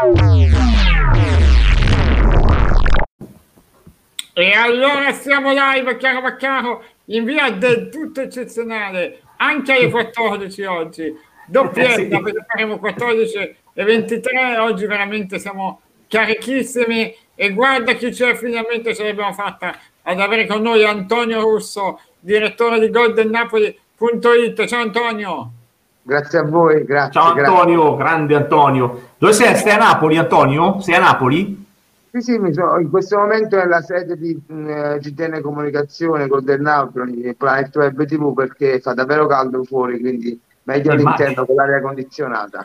E allora siamo live, chiaro, in via del tutto eccezionale, anche alle 14 oggi, doppietta, Sì. perché faremo 14 e 23, oggi veramente siamo carichissimi e guarda chi c'è, finalmente ce l'abbiamo fatta ad avere con noi Antonio Russo, direttore di GoldenNapoli.it. Ciao Antonio! Grazie a voi, grazie. Ciao Antonio, grande Antonio. Dove sei? Stai a Napoli, Antonio? Sei a Napoli? Sì, in questo momento è la sede di GTN Comunicazione del Napoli, Planet Web TV, perché fa davvero caldo fuori, quindi meglio all'interno con l'aria condizionata.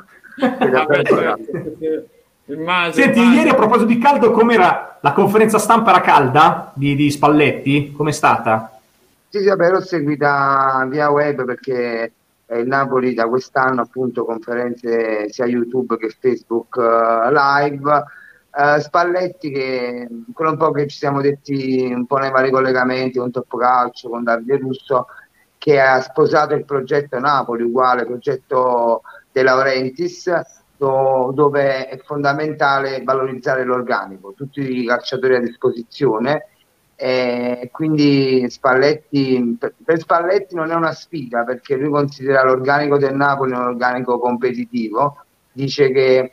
Senti, ieri a proposito di caldo, com'era la conferenza stampa? Era calda di Spalletti? Com'è stata? Sì, vabbè, l'ho seguita via web perché il Napoli da quest'anno appunto conferenze sia YouTube che Facebook live. Spalletti, che quello un po' che ci siamo detti un po' nei vari collegamenti con Toppocalcio, con Davide Russo, che ha sposato il progetto Napoli, uguale progetto De Laurentiis, dove è fondamentale valorizzare l'organico, tutti i calciatori a disposizione. Quindi Spalletti, per Spalletti non è una sfida, perché lui considera l'organico del Napoli un organico competitivo, dice che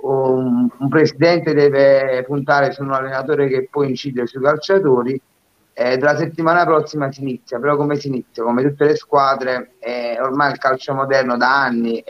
un presidente deve puntare su un allenatore che poi incide sui calciatori. Dalla settimana prossima si inizia, però come si inizia? Come tutte le squadre, ormai il calcio moderno da anni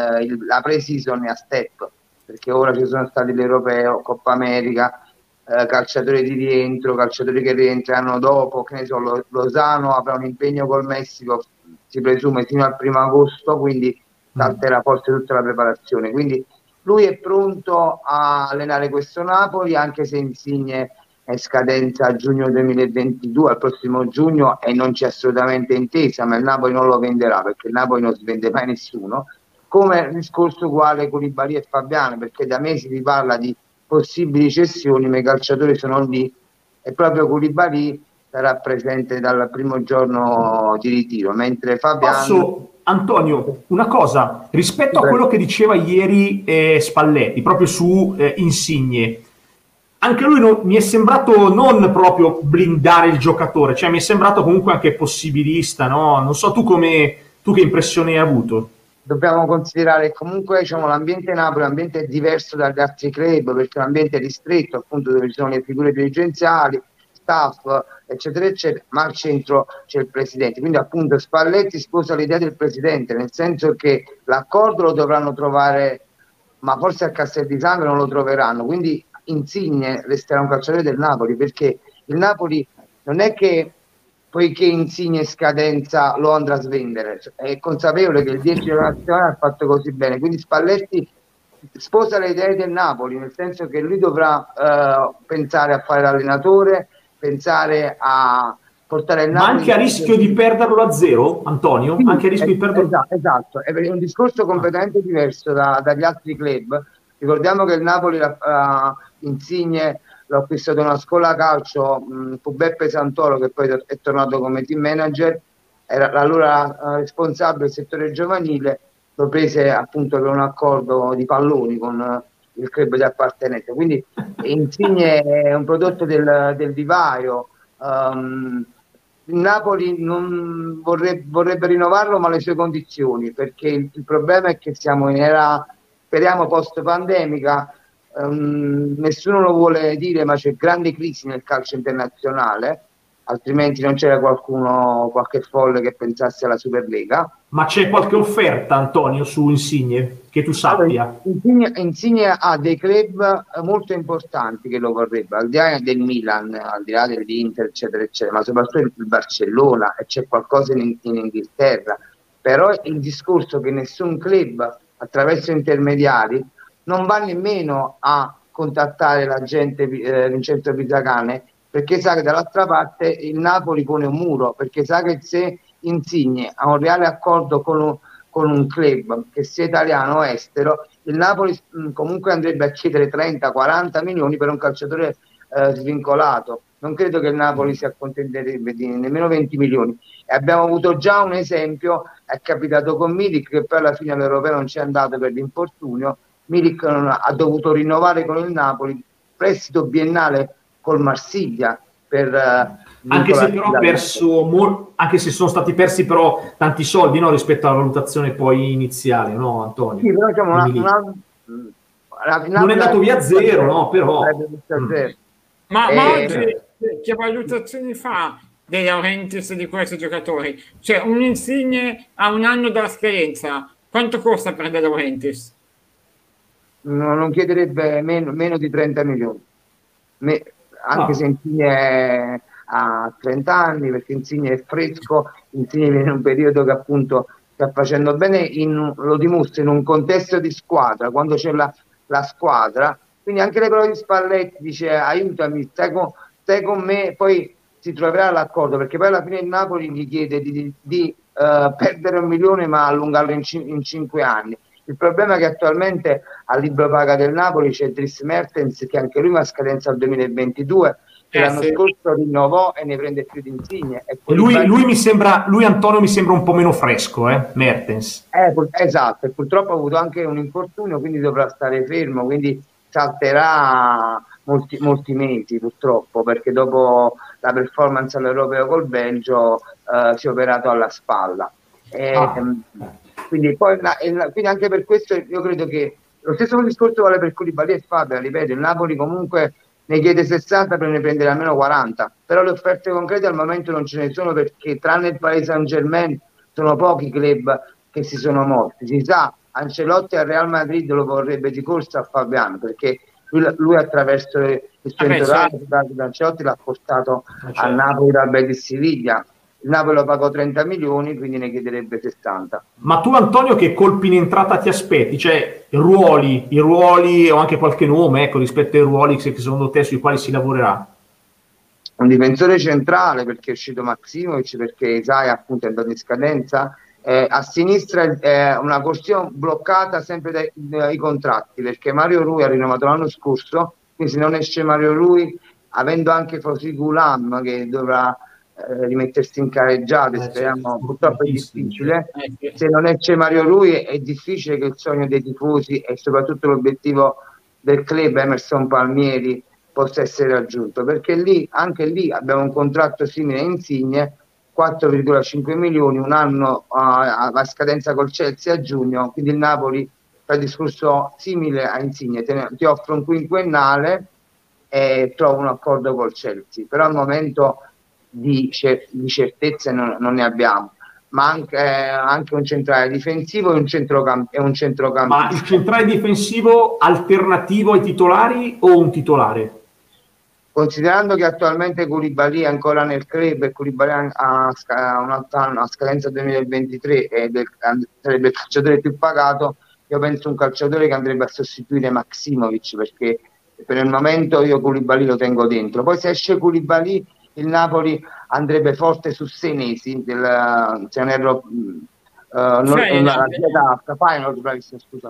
la pre-season è a step, perché ora ci sono stati l'Europeo, Coppa America, calciatori di rientro, calciatori che rientrano dopo, che ne so, Lozano avrà un impegno col Messico, si presume fino al 1° agosto, quindi salterà forse tutta la preparazione. Quindi lui è pronto a allenare questo Napoli, anche se Insigne è scadenza a giugno 2022, al prossimo giugno, e non c'è assolutamente intesa, ma il Napoli non lo venderà, perché il Napoli non svende mai nessuno. Come il discorso uguale con Koulibaly e Fabiano, perché da mesi si parla di possibili cessioni, ma i calciatori sono lì, e proprio Koulibaly sarà presente dal primo giorno di ritiro, mentre Fabiano... Antonio, una cosa, rispetto a quello che diceva ieri Spalletti, proprio su Insigne, anche lui mi è sembrato non proprio blindare il giocatore, cioè mi è sembrato comunque anche possibilista, no? Non so tu che impressione hai avuto. Dobbiamo considerare che comunque, diciamo, l'ambiente Napoli, l'ambiente è diverso dagli altri club, perché l'ambiente è ristretto, appunto, dove ci sono le figure dirigenziali, staff, eccetera eccetera, ma al centro c'è il presidente. Quindi appunto Spalletti sposa l'idea del presidente, nel senso che l'accordo lo dovranno trovare, ma forse a Castel di Sangro non lo troveranno. Quindi Insigne resterà un calciatore del Napoli, perché il Napoli non è che poiché Insigne è scadenza lo andrà a svendere, è consapevole che il 10 della nazionale ha fatto così bene, quindi Spalletti sposa le idee del Napoli, nel senso che lui dovrà pensare a fare l'allenatore, pensare a portare il Napoli... Ma anche a rischio di perderlo a zero, Antonio? Sì, anche a rischio di perderlo... Esatto, è un discorso completamente diverso dagli altri club. Ricordiamo che il Napoli Insigne l'ho acquistato una scuola calcio, fu Beppe Santoro, che poi è tornato come team manager, era l'allora responsabile del settore giovanile, lo prese appunto per un accordo di palloni con il club di appartenenza. Quindi Insigne è un prodotto del vivaio. Il Napoli non vorrebbe rinnovarlo, ma alle sue condizioni, perché il problema è che siamo in era, speriamo, post-pandemica. Nessuno lo vuole dire, ma c'è grande crisi nel calcio internazionale, altrimenti non c'era qualche folle che pensasse alla Superlega. Ma c'è qualche offerta, Antonio, su Insigne, che tu sappia? Allora, Insigne ha dei club molto importanti che lo vorrebbero, al di là del Milan, al di là dell'Inter, eccetera, eccetera, ma soprattutto il Barcellona, e c'è qualcosa in Inghilterra. Però il discorso che nessun club, attraverso intermediari, non va nemmeno a contattare l'agente Vincenzo Pizzagane, perché sa che dall'altra parte il Napoli pone un muro, perché sa che se Insigne ha un reale accordo con un club, che sia italiano o estero, il Napoli comunque andrebbe a chiedere 30-40 milioni per un calciatore svincolato. Non credo che il Napoli si accontenterebbe di nemmeno 20 milioni. E abbiamo avuto già un esempio, è capitato con Milik, che poi alla fine all'Europeo non ci è andato per l'infortunio. Milik ha dovuto rinnovare con il Napoli, prestito biennale col Marsiglia per anche se però ha perso anche se sono stati persi però tanti soldi, no, rispetto alla valutazione poi iniziale, no, Antonio? Sì, però diciamo non è andato via a zero, no, però ma oggi che valutazioni fa De Laurentiis di questi giocatori? Cioè un Insigne a un anno dalla scadenza, quanto costa per De Laurentiis? non chiederebbe meno di 30 milioni, anche se Insigne ha 30 anni, perché Insigne è fresco, Insigne viene in un periodo che appunto sta facendo bene, lo dimostra in un contesto di squadra, quando c'è la squadra, quindi anche le parole di Spalletti, dice aiutami, stai con me, poi si troverà l'accordo, perché poi alla fine il Napoli gli chiede di perdere 1 milione ma allungarlo in 5 anni. Il problema è che attualmente al libro paga del Napoli c'è Dries Mertens, che anche lui va a scadenza al 2022, che l'anno scorso rinnovò e ne prende più di Insigne. Lui Antonio mi sembra un po' meno fresco, Mertens. Esatto, e purtroppo ha avuto anche un infortunio, quindi dovrà stare fermo, quindi salterà molti mesi purtroppo, perché dopo la performance all'Europeo col Belgio si è operato alla spalla. Quindi anche per questo io credo che lo stesso discorso vale per Koulibaly e Fabian, ripeto, il Napoli comunque ne chiede 60 per ne prendere almeno 40, però le offerte concrete al momento non ce ne sono, perché tranne il Paris Saint-Germain sono pochi club che si sono mossi. Si sa, Ancelotti al Real Madrid lo vorrebbe di corsa a Fabian, perché lui attraverso il suo entourage da Ancelotti l'ha portato al Napoli dal Betis Siviglia. Il Napoli lo pagò 30 milioni, quindi ne chiederebbe 60. Ma tu, Antonio, che colpi in entrata ti aspetti? Cioè, i ruoli o anche qualche nome, ecco, rispetto ai ruoli che secondo te sui quali si lavorerà? Un difensore centrale, perché è uscito Maximovic, perché Isaiah appunto è andato in scadenza. A sinistra è una questione bloccata sempre dai contratti, perché Mario Rui ha rinnovato l'anno scorso, quindi se non esce Mario Rui, avendo anche Fauzi Goulam che dovrà rimettersi in careggiata, speriamo, purtroppo è difficile. Se non esce Mario Rui è difficile che il sogno dei tifosi e soprattutto l'obiettivo del club Emerson Palmieri possa essere raggiunto, perché anche lì abbiamo un contratto simile a Insigne, 4,5 milioni, un anno a scadenza col Chelsea a giugno, quindi il Napoli fa il discorso simile a Insigne, ti offre un quinquennale e trova un accordo col Chelsea, però al momento di certezze non ne abbiamo, ma anche un centrale difensivo e un centrocampista. Ma il centrale difensivo alternativo ai titolari o un titolare? Considerando che attualmente Koulibaly è ancora nel club e Koulibaly ha un altro anno a scadenza 2023 e sarebbe il calciatore più pagato, io penso un calciatore che andrebbe a sostituire Maximovic, perché per il momento io Koulibaly lo tengo dentro. Poi se esce Koulibaly il Napoli andrebbe forte su Senesi, se non erro Feyenoord, bravissimo, scusa.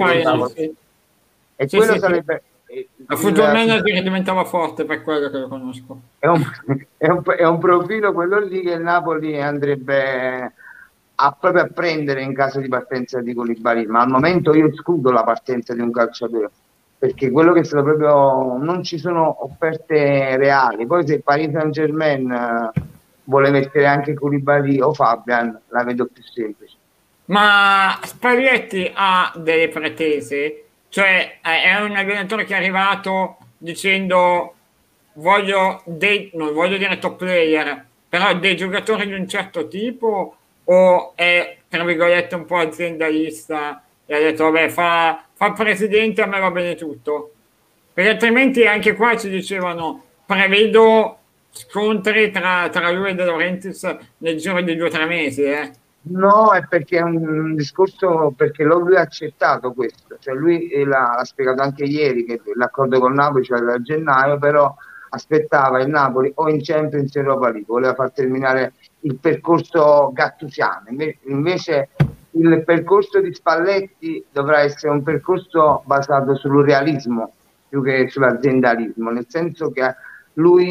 E quello sarebbe... La football manager diventava forte, per quello che lo conosco. È un profilo quello lì che il Napoli andrebbe proprio a prendere in caso di partenza di Koulibaly, ma al momento io escludo la partenza di un calciatore, perché quello che è stato proprio, non ci sono offerte reali. Poi se il Paris Saint-Germain vuole mettere anche Koulibaly o Fabian, la vedo più semplice. Ma Spalletti ha delle pretese? Cioè è un allenatore che è arrivato dicendo non voglio dire top player, però dei giocatori di un certo tipo, o è tra virgolette un po' aziendalista e ha detto vabbè fa presidente, a me va bene tutto? Perché altrimenti anche qua ci dicevano prevedo scontri tra lui e De Laurentiis nel giro di 2 o 3 mesi, No, è perché è un discorso, perché lui ha accettato questo, cioè lui l'ha spiegato anche ieri che l'accordo con Napoli c'era da gennaio, però aspettava il Napoli o in Champions o Europa League, voleva far terminare il percorso gattusiano. Invece il percorso di Spalletti dovrà essere un percorso basato sul realismo più che sull'aziendalismo, nel senso che lui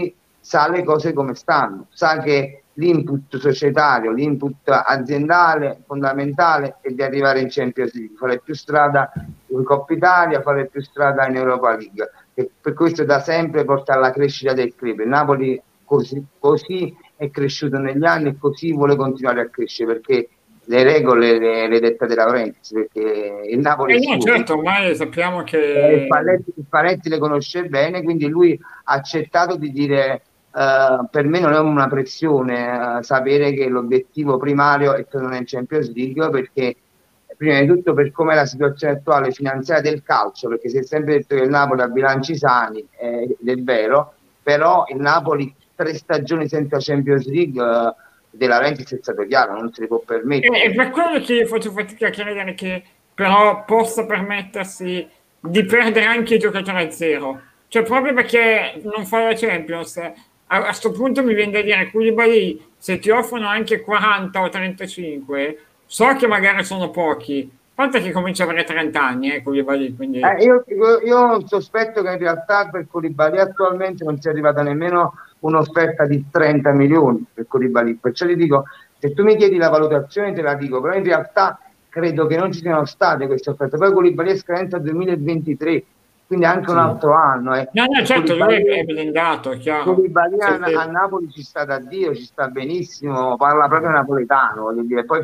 sa le cose come stanno, sa che l'input societario, l'input aziendale fondamentale è di arrivare in Champions League, fare più strada in Coppa Italia, fare più strada in Europa League, e per questo da sempre porta alla crescita del club. Il Napoli così è cresciuto negli anni e così vuole continuare a crescere, perché le regole le detta De Laurentiis, perché il Napoli è no, suo. certo, ormai sappiamo che Spalletti le conosce bene, quindi lui ha accettato di dire per me non è una pressione sapere che l'obiettivo primario è tornare in Champions League, perché prima di tutto per come è la situazione attuale finanziaria del calcio, perché si è sempre detto che il Napoli ha bilanci sani, ed è vero, però il Napoli 3 stagioni senza Champions League, De Laurentiis è stato chiaro, non se li può permettere. è per quello che io faccio fatica a credere che però possa permettersi di perdere anche i giocatori a zero. Cioè, proprio perché non fa la Champions, a questo punto mi viene da dire, Koulibaly, se ti offrono anche 40 o 35, so che magari sono pochi, quanto che comincia a avere 30 anni, Koulibaly, quindi... Io sospetto che in realtà per Koulibaly attualmente non sia arrivata nemmeno un'offerta di 30 milioni per Koulibaly, perciò ti dico, se tu mi chiedi la valutazione te la dico, però in realtà credo che non ci siano state queste offerte. Poi Koulibaly è scadenza 2023, quindi anche un altro anno. No, certo, lui è blindato, è chiaro. Koulibaly a Napoli ci sta da Dio, ci sta benissimo, parla proprio napoletano, voglio dire. Poi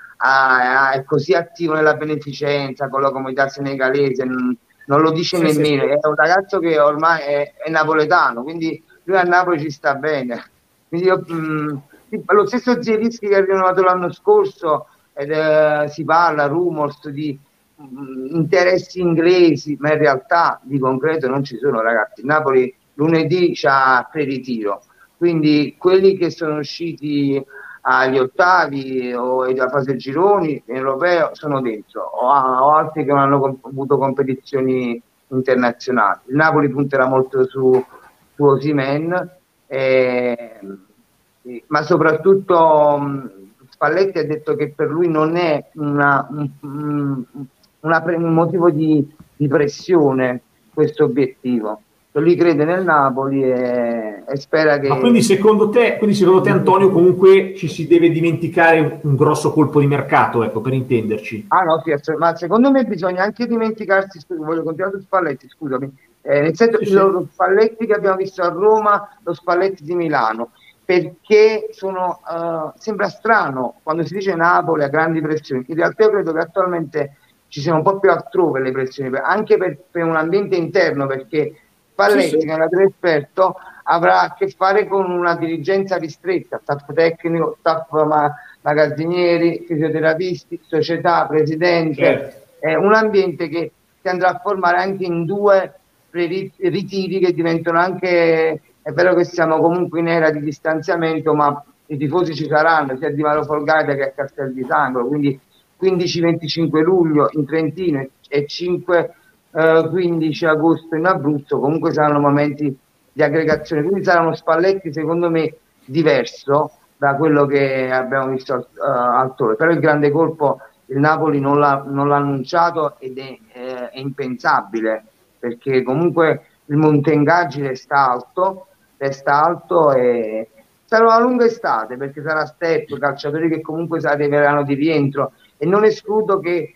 è così attivo nella beneficenza con la comunità senegalese, non lo dice nemmeno, è un ragazzo che ormai è napoletano, quindi lui a Napoli ci sta bene. Quindi lo stesso Zielinski che è rinnovato l'anno scorso, si parla, rumors di interessi inglesi, ma in realtà di concreto non ci sono, ragazzi. Napoli lunedì c'ha pre-ritiro, quindi quelli che sono usciti agli ottavi o alla fase gironi in europeo sono dentro, o altri che non hanno avuto competizioni internazionali. Il Napoli punterà molto su Osimhen, ma soprattutto Spalletti ha detto che per lui non è un motivo di pressione questo obiettivo. Lui crede nel Napoli e spera che... Ma quindi secondo te Antonio, comunque ci si deve dimenticare un grosso colpo di mercato, ecco, per intenderci? Ah no, sì, ma secondo me bisogna anche dimenticarsi, voglio continuare su Spalletti, scusami, nel senso lo Spalletti che abbiamo visto a Roma, lo Spalletti di Milano, perché sembra strano quando si dice Napoli a grandi pressioni. In realtà io credo che attualmente ci siano un po' più altrove le pressioni, anche per un ambiente interno, perché Spalletti, che è un esperto, avrà a che fare con una dirigenza ristretta, staff tecnico, staff magazzinieri, fisioterapisti, società, presidente, un ambiente che si andrà a formare anche in 2 ritiri che diventano anche, è vero che siamo comunque in era di distanziamento, ma i tifosi ci saranno sia di Valo Folgata che a Castel di Sangro, quindi 15-25 luglio in Trentino e 5-15 agosto in Abruzzo, comunque saranno momenti di aggregazione, quindi sarà uno Spalletti secondo me diverso da quello che abbiamo visto altrove. Però il grande colpo il Napoli non l'ha annunciato ed è impensabile, perché comunque il monte ingaggi resta alto e sarà una lunga estate, perché sarà step, calciatori che comunque si arriveranno di rientro, e non escludo che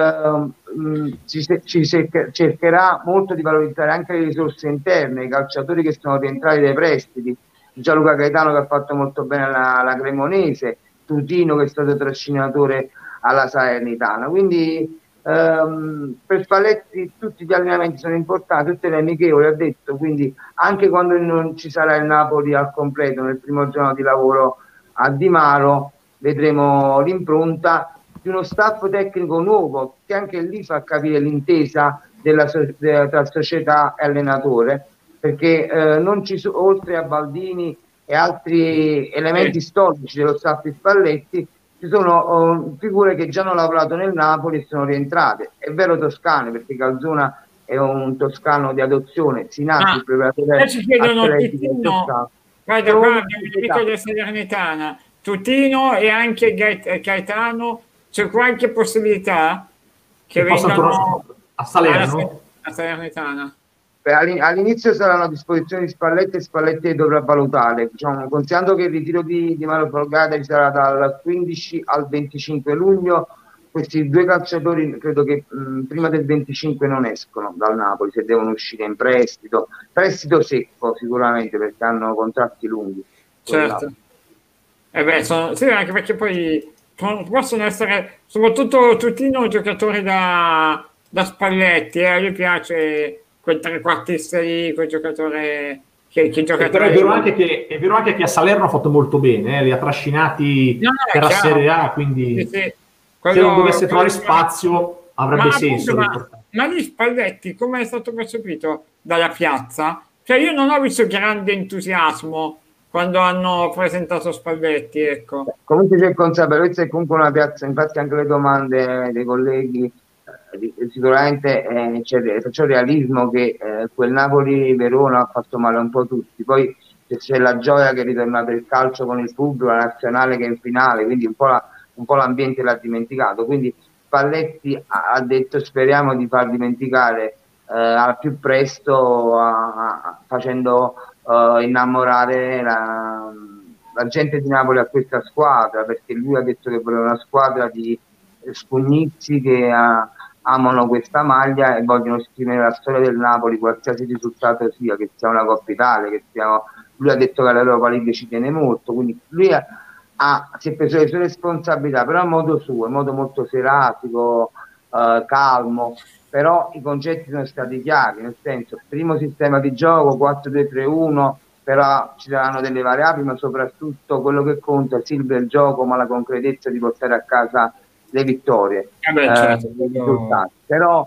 ci cercherà molto di valorizzare anche le risorse interne, i calciatori che sono rientrati dai prestiti, Gianluca Gaetano che ha fatto molto bene alla Cremonese, Tutino che è stato trascinatore alla Salernitana, quindi per Spalletti tutti gli allenamenti sono importanti, tutte le amichevoli, ha detto, quindi anche quando non ci sarà il Napoli al completo nel primo giorno di lavoro a Di Maro, vedremo l'impronta di uno staff tecnico nuovo che anche lì fa capire l'intesa tra società e allenatore, perché non ci sono, oltre a Baldini e altri elementi storici dello staff di Spalletti, ci sono figure che già hanno lavorato nel Napoli e sono rientrate. È vero toscane, perché Calzona è un toscano di adozione, Sinati, il preparatore ci chiedono atletico Tutino, guarda qua abbiamo il amico della Salernitana, Tutino e anche Gaetano, c'è qualche possibilità che vengano a Salerno? a Salernitana? All'inizio saranno a disposizione di Spalletti e Spalletti dovrà valutare, diciamo, considerando che il ritiro di Mario Folgata ci sarà dal 15 al 25 luglio, questi due calciatori credo che prima del 25 non escono dal Napoli, se devono uscire in prestito secco sicuramente perché hanno contratti lunghi. Certo. Sì, anche perché poi possono essere soprattutto tutti noi giocatori da Spalletti, a lui piace quel trequartista lì, quel giocatore che gioca. Però è vero anche che a Salerno ha fatto molto bene, li ha trascinati per la Serie A, quindi sì. Se non dovesse trovare spazio avrebbe senso. Ma lì Spalletti come è stato percepito dalla piazza? Cioè io non ho visto grande entusiasmo quando hanno presentato Spalletti, ecco. Comunque c'è consapevolezza e comunque una piazza, infatti anche le domande dei colleghi sicuramente c'è realismo che quel Napoli-Verona ha fatto male un po' tutti, poi c'è la gioia che ritorna per il calcio con il pubblico, la nazionale che è in finale, quindi un po' l'ambiente l'ha dimenticato, quindi Spalletti ha detto speriamo di far dimenticare al più presto facendo innamorare la gente di Napoli a questa squadra, perché lui ha detto che voleva una squadra di spugnizzi che amano questa maglia e vogliono scrivere la storia del Napoli qualsiasi risultato sia, che sia una Coppa Italia, lui ha detto che all'Europa League ci tiene molto, quindi lui si è preso le sue responsabilità, però a modo suo, in modo molto seratico, calmo, però i concetti sono stati chiari, nel senso, primo sistema di gioco 4-2-3-1, però ci saranno delle variabili, ma soprattutto quello che conta è il gioco, ma la concretezza di portare a casa le vittorie, certo, però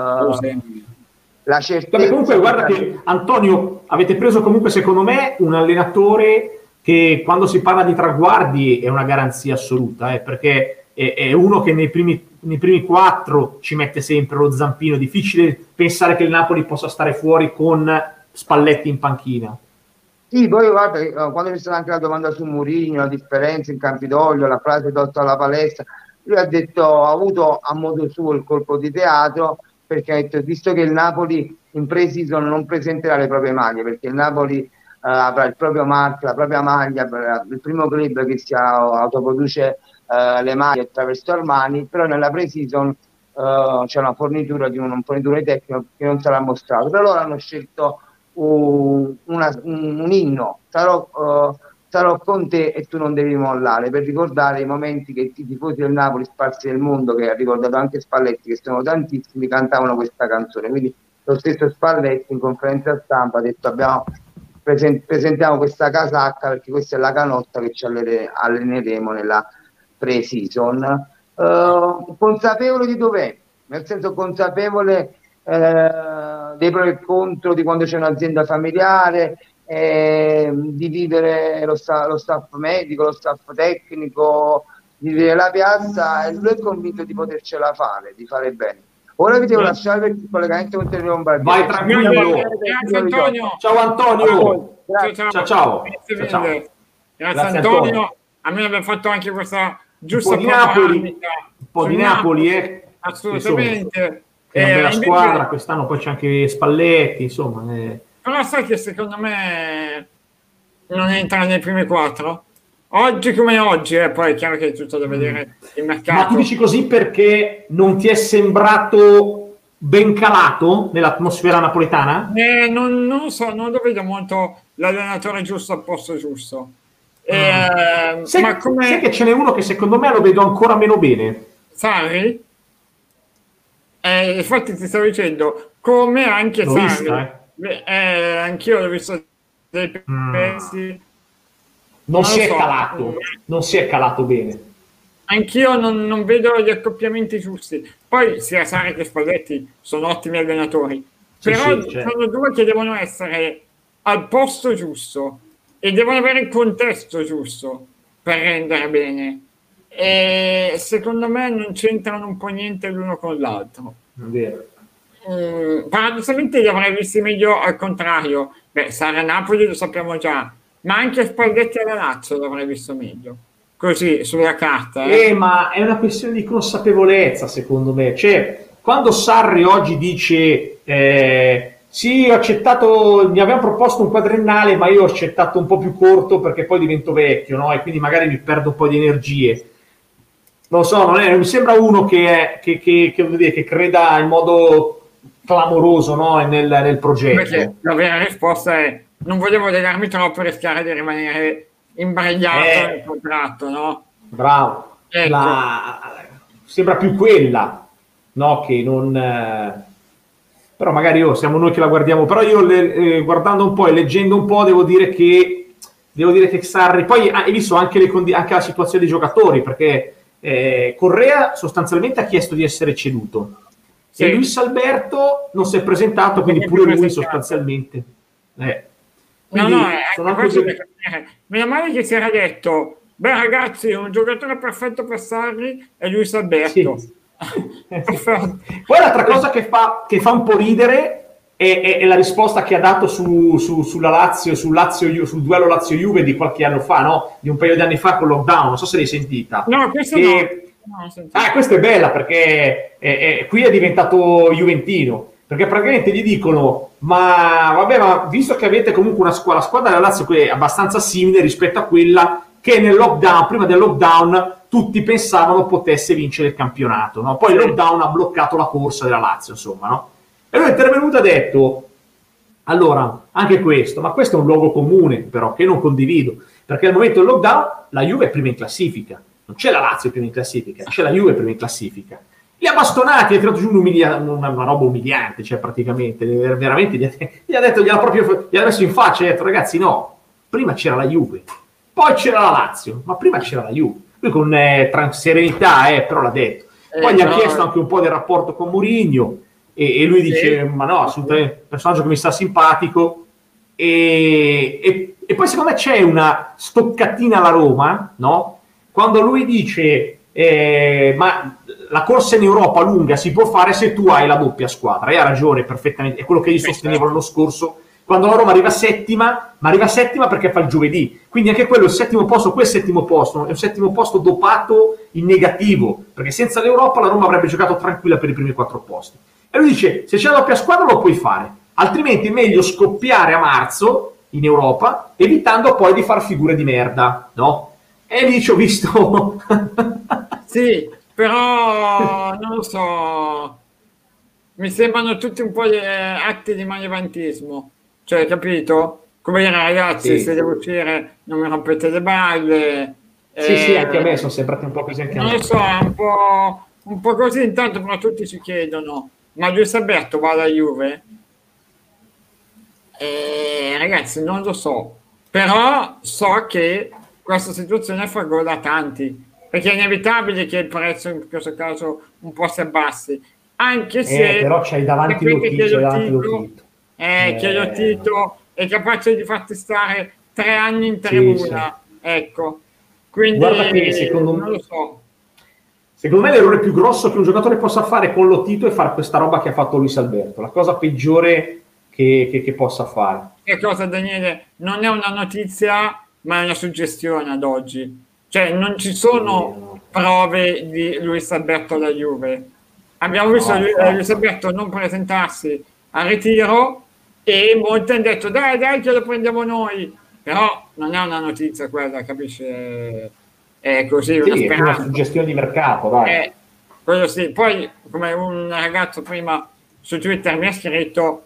la certezza. Comunque guarda che Antonio, avete preso comunque secondo me un allenatore che quando si parla di traguardi è una garanzia assoluta, perché è uno che nei primi 4 ci mette sempre lo zampino. È difficile pensare che il Napoli possa stare fuori con Spalletti in panchina. Sì, poi guarda, quando c'è stata anche la domanda su Mourinho, la differenza in Campidoglio, la frase dotta alla palestra, lui ha detto, ha avuto a modo suo il colpo di teatro, perché ha detto, visto che il Napoli in pre-season non presenterà le proprie maglie, perché il Napoli avrà il proprio marchio, la propria maglia, il primo club che si autoproduce le maglie attraverso Armani, però nella pre-season c'è una fornitura di un fornitore tecnico che non sarà mostrato. Per loro hanno scelto un inno, sarò con te e tu non devi mollare, per ricordare i momenti che i tifosi del Napoli sparsi nel mondo, che ha ricordato anche Spalletti, che sono tantissimi, cantavano questa canzone. Quindi lo stesso Spalletti in conferenza stampa ha detto presentiamo questa casacca perché questa è la canotta che ci alleneremo nella pre-season, consapevole di dov'è, nel senso consapevole dei pro e contro di quando c'è un'azienda familiare, di vivere lo staff medico, lo staff tecnico, di vivere la piazza, e lui è convinto di potercela fare, di fare bene. Ora vi devo lasciare perché il collegamento con Terry Lombardi. Vai tranquillo. Grazie Antonio. Ciao Antonio. Ciao. Grazie Antonio. A me abbiamo fatto anche questa giusta un po' di Napoli, assolutamente. È una bella squadra, quest'anno poi c'è anche Spalletti, insomma. Però sai che secondo me non entra nei primi 4? Oggi come oggi, poi è chiaro che è tutto da vedere il mercato. Ma tu dici così perché non ti è sembrato ben calato nell'atmosfera napoletana? Non lo so, non lo vedo molto l'allenatore giusto al posto giusto. Sai che ce n'è uno che secondo me lo vedo ancora meno bene? Sarri? Infatti ti stavo dicendo, come anche l'ho Sarri. Vista, anch'io l'ho visto dei pezzi. Non si è calato bene. Anch'io non vedo gli accoppiamenti giusti. Poi sia Sarri che Spalletti sono ottimi allenatori, però sono due che devono essere al posto giusto e devono avere il contesto giusto per rendere bene. E secondo me non c'entrano un po' niente l'uno con l'altro. Vero. Paradossalmente li avrei visti meglio al contrario. Sarri a Napoli lo sappiamo già, ma anche Spalletti alla Lazio l'avrei visto meglio, così sulla carta. Ma è una questione di consapevolezza, secondo me. Cioè, quando Sarri oggi dice Sì, ho accettato, mi avevano proposto un quadriennale, ma io ho accettato un po' più corto perché poi divento vecchio, no? E quindi magari mi perdo un po' di energie. Non lo so, non mi sembra uno che, vuol dire, che creda in modo clamoroso, no? nel Perché progetto. la vera risposta è non volevo legarmi troppo e rischiare di rimanere imbrigliato nel Eh, contratto, no? bravo. Ecco, Sembra più quella, no? Che non... però magari siamo noi che la guardiamo. Però io guardando un po' e leggendo un po' devo dire che Sarri... Poi hai visto anche, anche la situazione dei giocatori, perché Correa sostanzialmente ha chiesto di essere ceduto. E sì, Luis Alberto non si è presentato, quindi proprio pure lui presentato. sostanzialmente. No, no, è Quindi sono anche anche questo da due... capire. Meno male che si era detto, beh ragazzi, un giocatore perfetto per Sarri è Luis Sì. Alberto. Perfetto. Poi l'altra cosa che fa un po' ridere è la risposta che ha dato sulla Lazio, sul duello Lazio-Juve di qualche anno fa, no? Di un paio di anni fa con il lockdown, non so se l'hai sentita. No, questo no. Che... No, ho sentito. questa è bella perché qui è diventato juventino, perché praticamente gli dicono ma vabbè, ma visto che avete comunque la squadra della Lazio qui è abbastanza simile rispetto a quella che nel lockdown, prima del lockdown, tutti pensavano potesse vincere il campionato, no? Poi Sì. il lockdown ha bloccato la corsa della Lazio, insomma, no? E lui è intervenuto e ha detto, allora, anche questo, ma questo è un luogo comune, però, che non condivido, perché al momento del lockdown la Juve è prima in classifica, non c'è la Lazio prima in classifica, c'è la Juve prima in classifica. Li ha bastonati, ha tirato giù una roba umiliante, cioè praticamente, veramente gli ha detto, gli ha messo in faccia, gli ha detto, ragazzi no, prima c'era la Juve, poi c'era la Lazio, ma prima c'era la Juve. Lui con serenità, però l'ha detto. Poi gli ha Però, chiesto anche un po' del rapporto con Mourinho e lui dice, sì, ma no, assolutamente, personaggio che mi sta simpatico. E poi secondo me c'è una stoccatina alla Roma, no? Quando lui dice, ma la corsa in Europa lunga si può fare se tu hai la doppia squadra. E ha ragione perfettamente, è quello che io sostenevo l'anno scorso, quando la Roma arriva settima, ma arriva settima perché fa il giovedì. Quindi anche quello, il settimo posto, quel settimo posto, è un settimo posto dopato in negativo, perché senza l'Europa la Roma avrebbe giocato tranquilla per i primi 4 posti. E lui dice, se c'è la doppia squadra lo puoi fare, altrimenti è meglio scoppiare a marzo in Europa, evitando poi di far figure di merda, no? E lì ci ho visto... sì, però non lo so, mi sembrano tutti un po' atti di malevantismo, cioè, capito? Come dire, ragazzi, se sì. devo uscire non mi rompete le balle, Sì, sì, anche a me eh, sono sembrati un po' così anche a non lo me. so, è un po' così, intanto però tutti ci chiedono, ma Luis Alberto va alla Juve? Ragazzi, non lo so, però so che questa situazione fa gola a tanti, perché è inevitabile che il prezzo in questo caso un po' si abbassi, anche se Però c'hai davanti sapete che C'hai davanti Lotito. Lo Tito è capace di farti stare 3 anni in Sì, sì. tribuna, ecco, quindi Guarda che non lo so. secondo me l'errore più grosso che un giocatore possa fare con Lotito è fare questa roba che ha fatto Luis Alberto, la cosa peggiore che possa fare. Che cosa, Daniele? Non è una notizia, ma è una suggestione ad oggi. Cioè, non ci Sì, sono prove di Luis Alberto alla Juve. Abbiamo visto no, Luis infatti. Alberto non presentarsi al ritiro e molti hanno detto dai, dai, che lo prendiamo noi. Però non è una notizia quella, capisci? È così, una Sì, è più una speranza. suggestione di mercato, dai. Quello sì. Poi, come un ragazzo prima su Twitter mi ha scritto,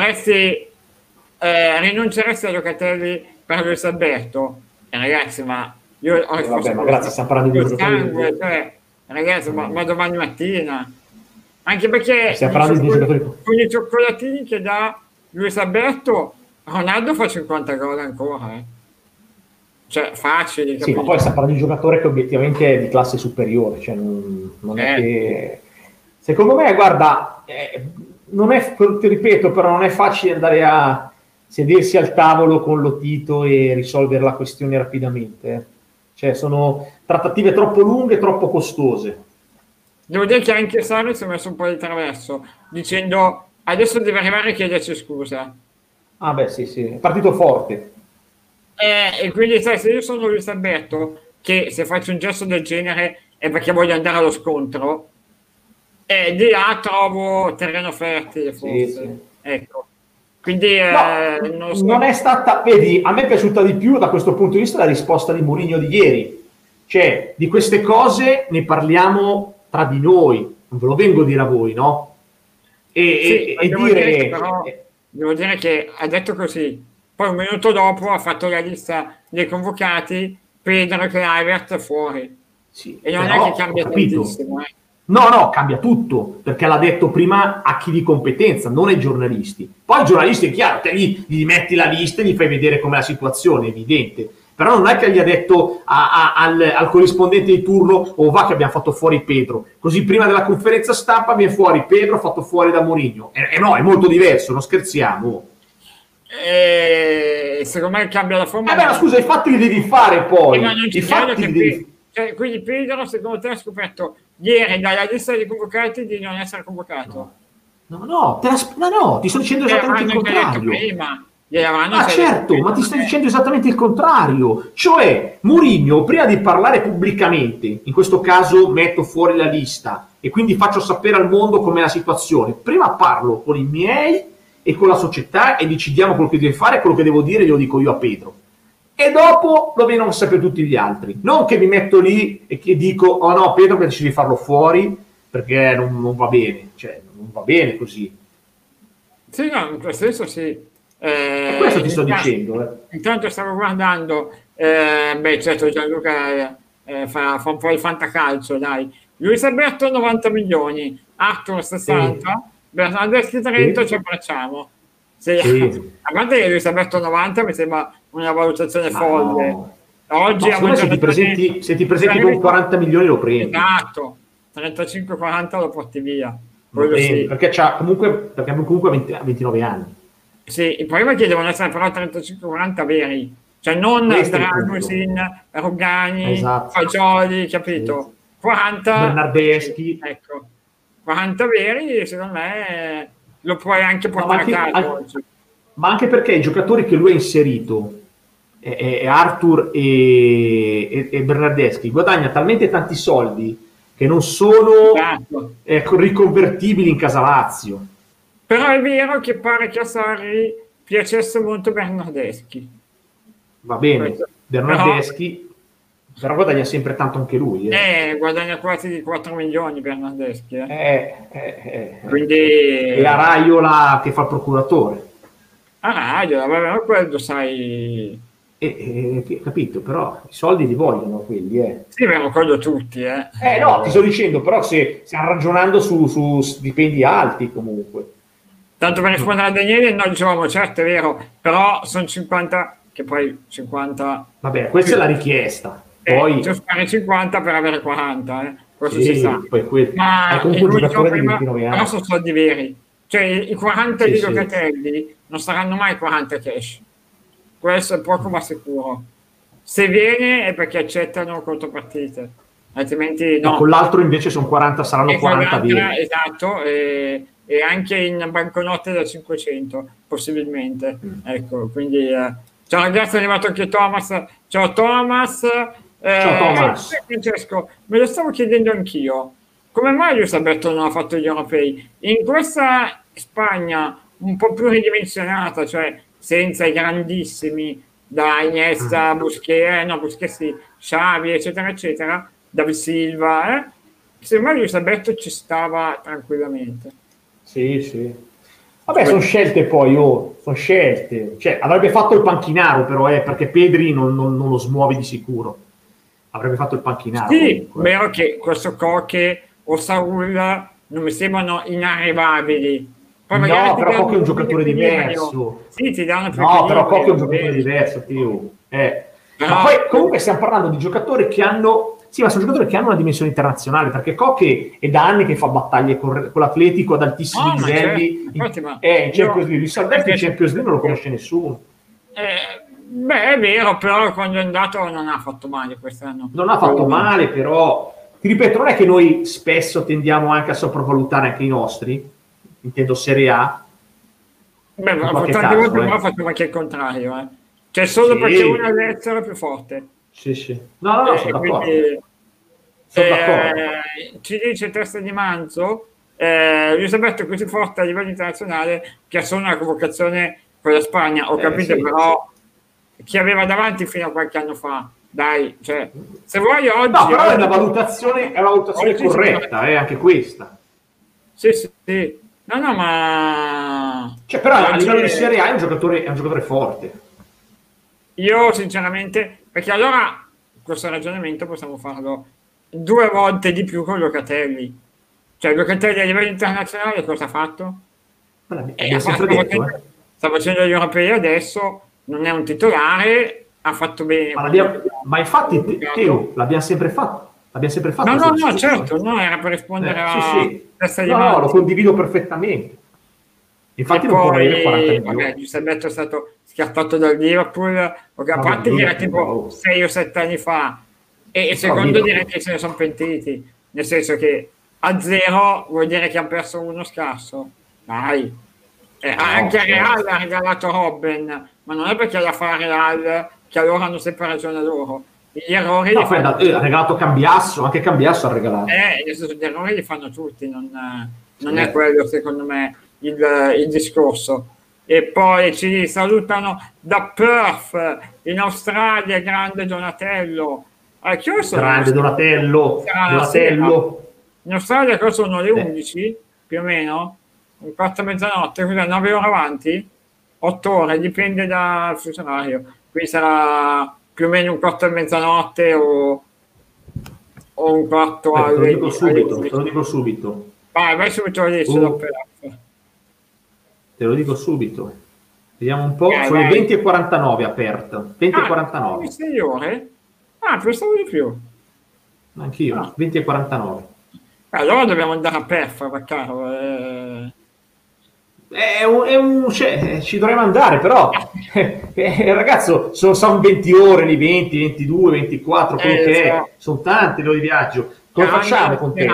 rinunceresti a Locatelli per Luis Alberto? E ragazzi, ma io ho Vabbè, risposto ma grazie, stiamo parlando di un col giocatore sangue, cioè, ragazzi, ma domani mattina. Anche ma perché stiamo parlando di un giocatore. con i cioccolatini che dà Luis Alberto, Ronaldo fa 50 gol ancora, eh. Cioè, facili, Sì, ma capito? poi stiamo parlando di un giocatore che obiettivamente è di classe superiore, cioè non è Sì. che... Secondo me, guarda, non è, ti ripeto, però non è facile andare a sedersi al tavolo con Lotito e risolvere la questione rapidamente. Cioè, sono trattative troppo lunghe e troppo costose. Devo dire che anche Sarri si è messo un po' di traverso, dicendo adesso deve arrivare e chiederci scusa. Ah beh, sì, sì, è partito forte. E quindi sai, se io sono Luis Alberto, che se faccio un gesto del genere è perché voglio andare allo scontro, di là trovo terreno fertile Sì, sì. forse. Ecco. Quindi No, non so. non è stata, vedi, a me è piaciuta di più da questo punto di vista la risposta di Mourinho di ieri. Cioè, di queste cose ne parliamo tra di noi, non ve lo vengo a dire a voi, no? Sì, E devo dire che dire, però devo dire che ha detto così, poi un minuto dopo ha fatto la lista dei convocati, Pedro che Havertz è fuori. sì, E non è che però ho cambia capito. tantissimo, eh. No, no, cambia tutto, perché l'ha detto prima a chi di competenza, non ai giornalisti. Poi ai giornalisti è chiaro, te gli metti la lista e gli fai vedere com'è la situazione, è evidente. Però non è che gli ha detto al corrispondente di turno, oh va che abbiamo fatto fuori Pedro. Così prima della conferenza stampa viene fuori Pedro fatto fuori da Mourinho. No, è molto diverso, non scherziamo. E secondo me cambia la forma. Beh, ma scusa, i fatti li devi fare Ma poi. non I ci credo fatti che li devi. cioè, quindi Pedro secondo te ha scoperto ieri dalla lista dei convocati di non essere convocato? No, no, no, ti sto dicendo esattamente il Gliel'avranno già detto contrario. prima, gliel'avranno Ah, già detto certo, ma prima. ti sto dicendo esattamente il contrario. Cioè, Mourinho, prima di parlare pubblicamente, in questo caso metto fuori la lista e quindi faccio sapere al mondo com'è la situazione, prima parlo con i miei e con la società e decidiamo quello che deve fare e quello che devo dire glielo dico io a Pedro. E dopo lo vengono a sapere tutti gli altri. Non che mi metto lì e che dico, oh no, Pedro che decidi di farlo fuori perché non va bene. Cioè, non va bene così. Sì, no, in questo senso sì. E questo ti sto dicendo. Intanto stavo guardando, beh certo Gianluca fa un po' il fantacalcio, dai. Luis Alberto 90 milioni, Arthur 60, Bernardeschi 30, ci Sì, abbracciamo. Sì, sì. a parte che Luis Alberto 90 mi sembra una valutazione Ma folle. no. Oggi No, a secondo me maggior ragione se ti presenti con 40 milioni lo prendi. esatto, 35-40 lo porti via, Lo quello prendi, sì. perché comunque 29 anni. Sì, il problema è che devono essere però 35-40 veri, cioè non Questo è il punto. Dragusin, Rugani, Esatto. Fagioli, Sì. capito? 40 veri, Bernardeschi. ecco. 40 veri, secondo me lo puoi anche No, ma portare a casa oggi. ma anche perché i giocatori che lui ha inserito, Arthur e Bernardeschi, guadagna talmente tanti soldi che non sono Esatto. riconvertibili in Casa Lazio. Però è vero che pare che a Sarri piacesse molto Bernardeschi. Va bene, Questo. Però Bernardeschi, però guadagna sempre tanto anche lui. guadagna quasi di 4 milioni Bernardeschi. E Quindi a Raiola che fa il procuratore. a radio, vabbè, quello sai. Capito, però i soldi li vogliono quelli, eh. Sì, abbiamo quello tutti, eh. No, ti sto dicendo, però se stiamo ragionando su stipendi alti comunque. Tanto per rispondere a Daniele, noi dicevamo, certo è vero, però sono 50, che poi 50. Vabbè, questa è la richiesta. Poi, Cioè fare 50 per avere 40, questo si sa. sì, poi è Ma comunque un lui diceva giocatore di prima, 29 però anni. sono soldi veri. Cioè i 40 Sì, di sì. Locatelli non saranno mai 40 cash. Questo è poco ma sicuro. Se viene è perché accettano contropartite, altrimenti No, no. con l'altro invece sono 40, saranno E con 40 l'altra, veri. esatto, e anche in banconote da 500, possibilmente. Ecco, quindi ciao ragazzi, è arrivato anche Thomas. Ciao Thomas. Ciao Thomas. Francesco, me lo stavo chiedendo anch'io. Come mai Luis Alberto non ha fatto gli europei? In questa Spagna un po' più ridimensionata, cioè senza i grandissimi da Iniesta, Busquets, no, Busquets sì, Xavi, eccetera, eccetera, David Silva, secondo me Luis Alberto ci stava tranquillamente. Sì, sì. Vabbè, sono scelte poi, sono scelte. Cioè, avrebbe fatto il panchinaro però, perché Pedri non lo smuove di sicuro. Avrebbe fatto il panchinaro Sì, comunque. vero che questo Koke o Saul non mi sembrano inarrivabili. Poi magari No, ti però danno Koke è un più giocatore equilibrio. diverso. Sì, ti danno più No, però Koke è equilibrio, un va giocatore bene. diverso, Teo. Ma Però poi comunque stiamo parlando di giocatori che hanno. Sì, ma sono giocatori che hanno una dimensione internazionale, perché Koke è da anni che fa battaglie con l'Atletico ad altissimi no, ma certo, livelli infatti, ma in io Champions League. Luis a me Alberto in piace Champions League non lo perché conosce nessuno. beh, è vero, però quando è andato non ha fatto male quest'anno. Non ha fatto male, però ti ripeto, non è che noi spesso tendiamo anche a sopravvalutare anche i nostri, intendo Serie A, Beh, in ma qualche tante caso, volte però facciamo anche il contrario, eh. Cioè solo perché uno Sì, all'estero è più forte. sì, sì. No, E sono d'accordo. quindi Sono d'accordo. ci dice Testa di Manzo, Luis Alberto è così forte a livello internazionale che sono una convocazione con la Spagna, ho capito, sì, però chi aveva davanti fino a qualche anno fa, dai, cioè, se vuoi oggi... No, però oggi, è una valutazione corretta, anche questa. Sì, sì, sì. No, ma... Cioè, però a oggi livello di Serie A è un giocatore forte. Io sinceramente, perché allora questo ragionamento possiamo farlo 2 volte di più con Locatelli. Cioè Locatelli a livello internazionale cosa ha fatto? L'abbiamo sempre detto, sta facendo gli europei adesso, non è un titolare, ha fatto bene. Ma infatti, Teo, l'abbiamo sempre fatto. L'abbiamo sempre fatto. No, certo, no, era per rispondere a sì. testa di No, lo condivido perfettamente. Infatti e non può poi, avere 40 milioni. vabbè, Giuseppe è stato scartato dal Liverpool, a parte che era tipo 6 o 7 anni fa, e secondo direi che se ne sono pentiti, nel senso che a 0 vuol dire che hanno perso uno scarso. Dai. Anche Real ha regalato Robben, ma non è perché la fa Real che allora hanno sempre ragione loro. Gli errori ha regalato Cambiasso, anche Cambiasso ha regalato. Gli errori li fanno tutti, non è quello secondo me il discorso. E poi ci salutano da Perth in Australia, grande Donatello. Grande Donatello. In Australia cosa sono le 11 più o meno? Un quarto a mezzanotte, 9 ore avanti? 8 ore, dipende dal fuso orario. Quindi sarà più o meno un quarto a mezzanotte o un quarto alle... Te lo dico subito. Vai subito adesso. Te lo dico subito. Vediamo un po'. Sono le 20:49 aperto. 20:49. 6 ore? Pensavo di più. Anch'io, 20:49. Allora dobbiamo andare a Perth, caro. Ci dovremmo andare, però ragazzo, sono 20 ore lì, 20, 22, 24, quello che è, sono tanti ore di viaggio. Come facciamo con te?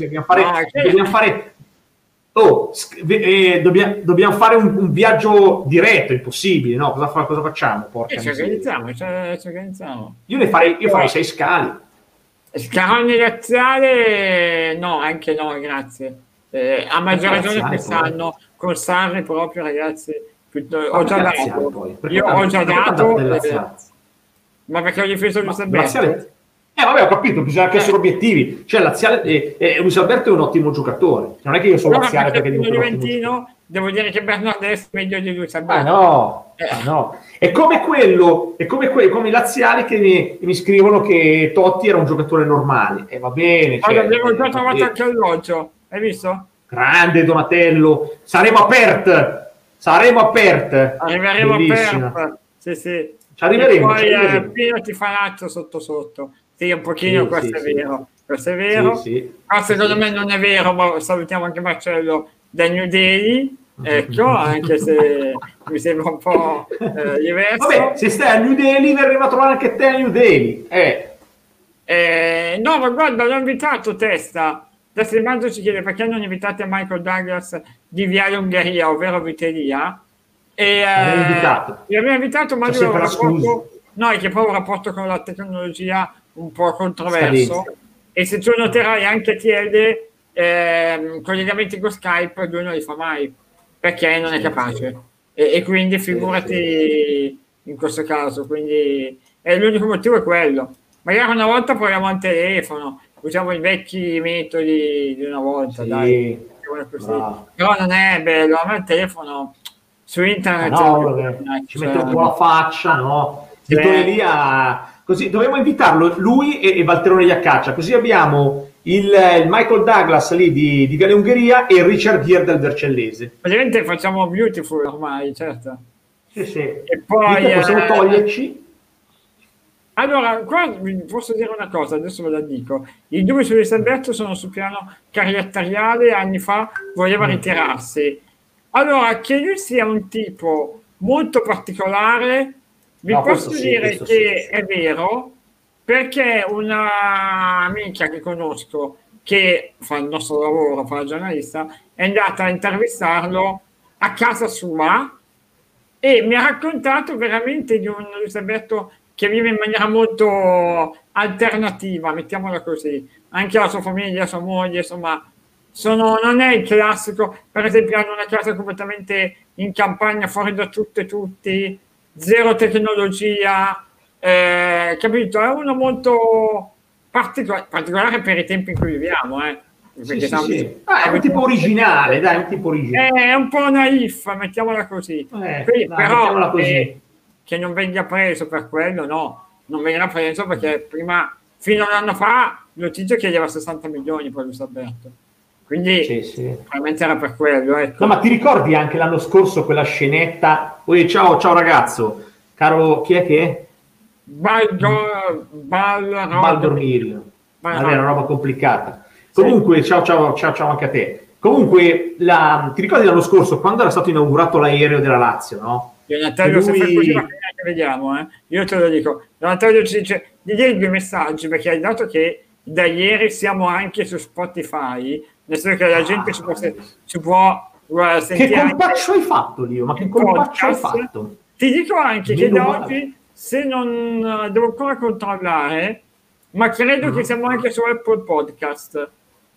Dobbiamo fare un viaggio diretto, impossibile, no? Cosa facciamo? Porca ci organizziamo. Io farei 6 scali. Scaloni laziale, no, anche no, grazie. A maggior ragione quest'anno con Sarri proprio, ragazzi. Ho già dato. Ma perché ho difeso Luis Alberto? Vabbè, ho capito, bisogna essere obiettivi. Cioè, laziale, Luis Alberto è un ottimo giocatore. Non è che io sono laziale perché dico Juventino, devo dire che Bernardes è meglio di Luis Alberto. No. È come i laziali che mi scrivono che Totti era un giocatore normale. Va bene. Abbiamo già trovato anche alloggio. Hai visto? Grande Donatello. Saremo aperti. Arriveremo aperti. Sì. Ci arriveremo. E poi Pino ti fa l'atto sotto. Sì, un pochino, questo è vero. Sì. Secondo me non è vero, ma salutiamo anche Marcello da New Delhi. Ecco, anche se mi sembra un po' diverso. Vabbè, se stai a New Delhi verremo a trovare anche te a New Delhi. No, ma guarda, l'ho invitato Testa. Adesso il Manzo ci chiede perché non invitate Michael Douglas di Viale Ungheria, ovvero Viteria. L'abbiamo invitato, ma lui ha un rapporto, è che poi un rapporto con la tecnologia un po' controverso. E se tu noterai anche TLD collegamenti con Skype, lui non li fa mai perché non è capace. E quindi figurati in questo caso. Quindi l'unico motivo è quello. Magari una volta proviamo al telefono, usiamo i vecchi metodi di una volta, dai. Però non è bello, a me il telefono su internet ci mette un po' la faccia, no? Lì così dovremmo invitarlo lui e Valterone Iacaccia, così abbiamo il Michael Douglas lì di Viale Ungheria e il Richard Gere del Vercellese. Praticamente facciamo Beautiful ormai, certo. Sì. E poi possiamo toglierci. Allora, qua vi posso dire una cosa, adesso ve la dico. I dubbi su Luis Alberto sono sul piano caratteriale, anni fa voleva ritirarsi. Allora, che lui sia un tipo molto particolare, vi posso dire che è vero, perché una amica che conosco, che fa il nostro lavoro, fa la giornalista, è andata a intervistarlo a casa sua e mi ha raccontato veramente di un Luis Alberto che vive in maniera molto alternativa, mettiamola così. Anche la sua famiglia, sua moglie, insomma, non è il classico, per esempio hanno una casa completamente in campagna, fuori da tutto e tutti, zero tecnologia, capito? È uno molto particolare per i tempi in cui viviamo, Sì, sì, sì. È un tipo originale, dai, un tipo originale. È un po' naif, mettiamola così. Quindi, dai, però mettiamola così. che non venga preso per quello, no, non venirà preso perché prima, fino a un anno fa, Lotito chiedeva 60 milioni per Luis Alberto. Quindi probabilmente era per quello. Ecco. No, ma ti ricordi anche l'anno scorso quella scenetta? Ciao ragazzo, caro, chi è che è? Baldor Mill. Vabbè, è una roba complicata. Comunque, ciao anche a te. Comunque, ti ricordi l'anno scorso quando era stato inaugurato l'aereo della Lazio, no? Donatello, se fai così, vediamo, io te lo dico. Donatello ci dice di dire due messaggi, perché dato che da ieri siamo anche su Spotify, nel senso che la gente ci può sentire. Che colpaccio hai fatto, Lio? Ma che colpaccio hai fatto? Ti dico anche che da oggi, se non devo ancora controllare, ma credo che siamo anche su Apple Podcast.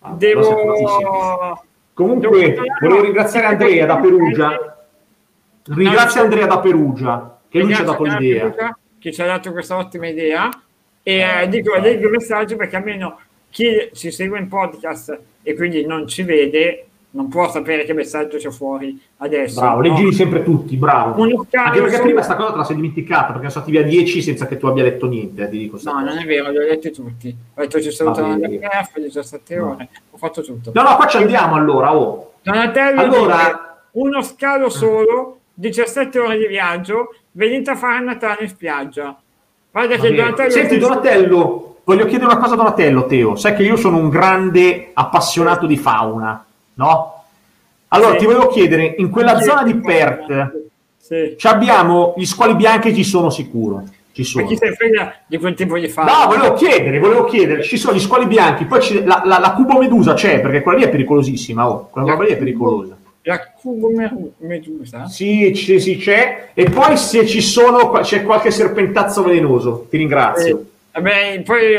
Comunque, volevo ringraziare Andrea da Perugia. Ringrazio Andrea da Perugia, che lui ci ha dato l'idea. Che ci ha dato questa ottima idea. E dico, leggo il messaggio perché almeno chi ci segue in podcast e quindi non ci vede non può sapere che messaggio c'è fuori adesso. Bravo, leggili sempre tutti, bravo. Anche perché prima questa cosa te la sei dimenticata, perché sono stati via 10 senza che tu abbia letto niente. Ti dico no, non è vero, li ho letti tutti. Ho detto ci salutano da PF, 17 ore, ho fatto tutto. No, qua ci andiamo allora. Donatello dice, uno scalo solo, 17 ore di viaggio, venite a fare Natale in spiaggia. Guarda che Donatello... Senti, Donatello, voglio chiedere una cosa a Donatello, Teo. Sai che io sono un grande appassionato di fauna, no? Allora ti volevo chiedere, in quella zona di Perth abbiamo gli squali bianchi, ci sono sicuro? Ci sono. Ma chi se ne frega di quel tipo di fauna? No, volevo chiedere, ci sono gli squali bianchi, poi la cubomedusa c'è, perché quella lì è pericolosissima, quella lì è pericolosa. La cubomedusa? Sì, c'è, e poi se c'è qualche serpentazzo velenoso, ti ringrazio. Vabbè, poi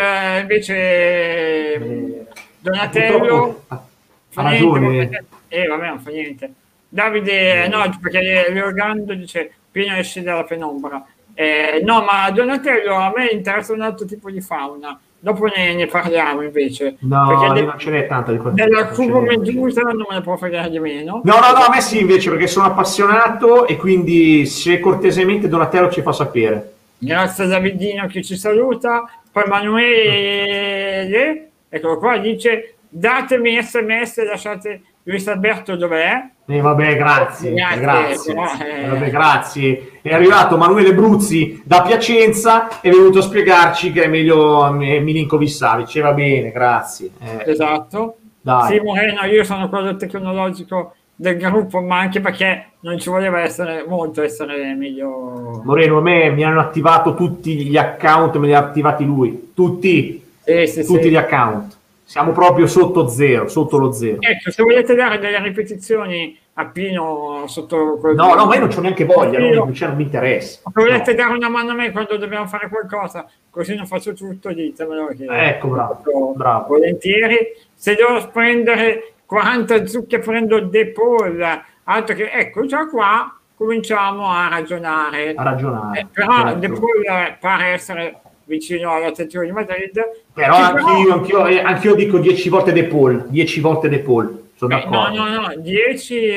invece Donatello... Ha ragione. Vabbè, non fa niente. Davide, no, perché Leogando dice Pino esce dalla penombra. No, ma Donatello, a me interessa un altro tipo di fauna. Dopo ne parliamo invece. No, non ce n'è tanta di quella. Della cubomedusa non me ne può fregare di meno. No, a me sì invece, perché sono appassionato e quindi se cortesemente Donatello ci fa sapere. Grazie a Davidino che ci saluta. Poi Emanuele, eccolo qua, dice datemi SMS e lasciate Luis Alberto dov'è? Vabbè, grazie. Vabbè, grazie. È arrivato Emanuele Bruzzi da Piacenza, è venuto a spiegarci che è meglio Milinkovic Savic. Va bene, grazie. Esatto. Dai. Sì, Moreno, io sono quello tecnologico del gruppo, ma anche perché non ci voleva essere meglio. Moreno, a me mi hanno attivato tutti gli account, me li ha attivati lui. Tutti gli account. Siamo proprio sotto lo zero. Ecco, se volete dare delle ripetizioni a Pino sotto quel... No, ma io non c'ho neanche voglia, non mi interessa. Se volete dare una mano a me quando dobbiamo fare qualcosa, così non faccio tutto, ditemelo. Ecco, bravo. Volentieri. Se devo prendere 40 zucche, prendo De Paul, altro che... Ecco, già qua cominciamo a ragionare. Però certo. De Paul pare essere... vicino all'Atletico di Madrid, però anch'io dico 10 volte De Paul, sono d'accordo. No, 10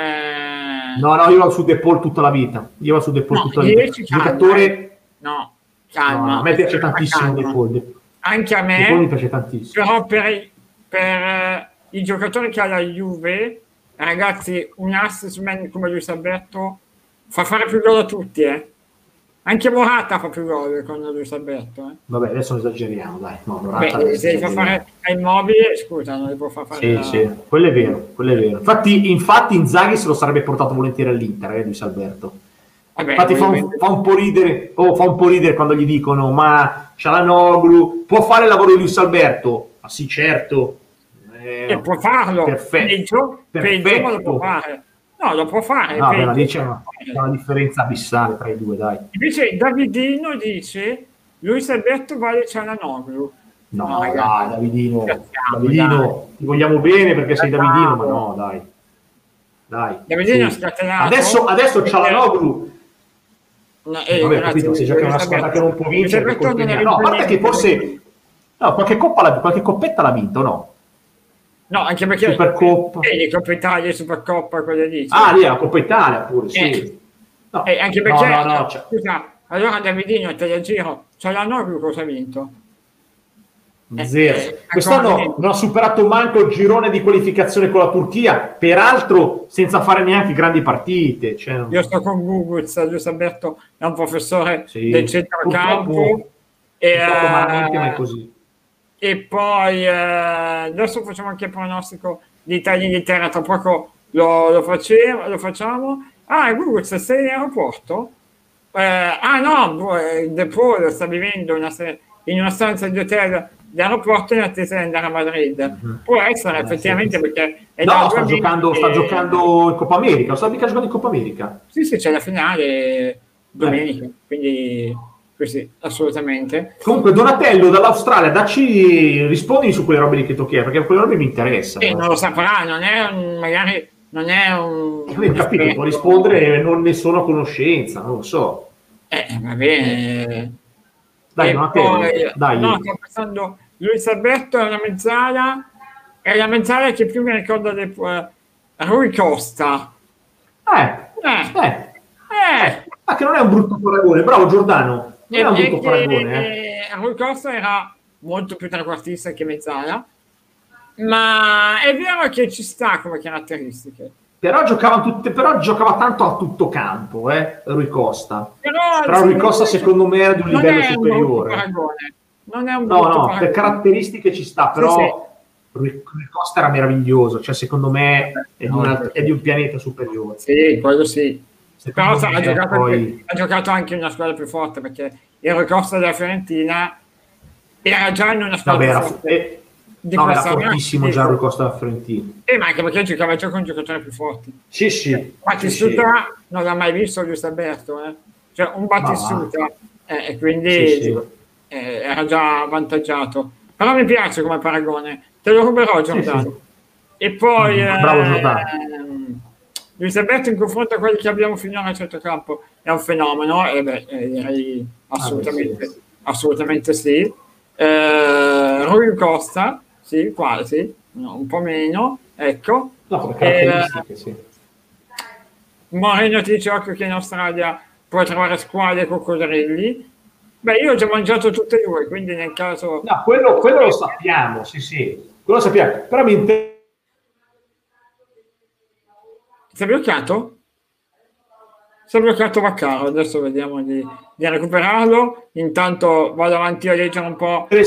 no, io vado su De Paul tutta la vita, giocatore. No, calma, no, a me piace tantissimo De Paul, anche a me. De Paul mi piace tantissimo, però per i giocatori che ha la Juve, ragazzi, un assist man come Luis Alberto fa fare più gol a tutti, Anche Morata fa più gol con Luis Alberto. Vabbè, adesso non esageriamo, dai. No, se li fa fare a Immobile, scusa, non li può fare. Sì, quello è vero. Infatti Inzaghi se lo sarebbe portato volentieri all'Inter, Luis Alberto. Vabbè, infatti fa un po' ridere quando gli dicono ma Çalhanoğlu può fare il lavoro di Luis Alberto? Ma sì, certo. E può farlo. Perfetto. Ma lo può fare. No, lo può fare. No, c'è una differenza abissale tra i due, dai. Invece Davidino dice Luis Alberto vale Çalhanoğlu. No, ragazzi, dai, Davidino, dai. ti vogliamo bene perché sei Davidino, ma no, dai. Dai, Davidino è su. scatenato. Adesso Cialanoglu. No, Vabbè, capito, se già che è una squadra che non può vincere, che colpa ne ha? No, a parte che forse no, qualche coppetta l'ha vinto, no? No, anche perché Supercoppa. Coppa Italia e Supercoppa, quelle lì. Ah, lì è la Coppa Italia pure, sì. No, anche perché, no, scusa, allora Davidino, te la giro, Cialanoglu cosa ha vinto? Zero. Quest'anno non ha superato manco il girone di qualificazione con la Turchia, peraltro senza fare neanche grandi partite. Cioè, Io sto con Guguz, Luis Alberto è un professore sì, del centrocampo ma è così. E poi adesso facciamo anche il pronostico di Italia-Inghilterra, tra poco lo facciamo. Ah, Guguz, sei in aeroporto? No, De Paul sta vivendo in una stanza di hotel d'aeroporto in attesa di andare a Madrid. Può essere effettivamente perché sta giocando in Coppa America, sta mica giocando in Coppa America. Sì, c'è la finale domenica, quindi sì, assolutamente. Comunque Donatello dall'Australia, rispondi su quelle robe lì che ti ho chiesto, perché quelle robe mi interessano. Non lo saprà, magari non è un capito, può rispondere, non ne sono a conoscenza, non lo so. Va bene. Dai, Donatello, dai. No, sto pensando, Luis Alberto è la mezzala che più mi ricorda Rui Costa. Che non è un brutto paragone, bravo Giordano. Non è un brutto paragone. Rui Costa era molto più trequartista che mezzala, ma è vero che ci sta come caratteristiche. Però giocava tanto a tutto campo, Rui Costa. Però Rui Costa secondo me era di un livello superiore. Non è un brutto paragone. Per caratteristiche ci sta, però Rui Costa era meraviglioso, cioè secondo me è di un pianeta superiore. Sì, quello sì. Però ha giocato anche in una squadra più forte, perché il Rui Costa della Fiorentina era già in una squadra più forte. Era fortissimo già Rui Costa della Fiorentina. Ma anche perché giocava già con giocatori più forti. Sì. Battistuta non l'ha mai visto Luis Alberto, cioè un Battistuta, e quindi era già avvantaggiato. Però mi piace come paragone, te lo ruberò Giordano. E poi bravo Giordano. Luis Alberto in confronto a quelli che abbiamo finora a centrocampo è un fenomeno, e direi assolutamente sì. Rui Costa, sì, quasi, no, un po' meno, ecco. No, caratteristiche, sì. Moreno ti dice occhio che in Australia puoi trovare squali e coccodrilli. Beh, io ho già mangiato tutte e due, quindi nel caso... No, quello lo sappiamo, sì. Quello lo sappiamo, però mi interessa. Si è bloccato? Si è bloccato Vaccaro, adesso vediamo di recuperarlo. Intanto vado avanti a leggere un po'. Ti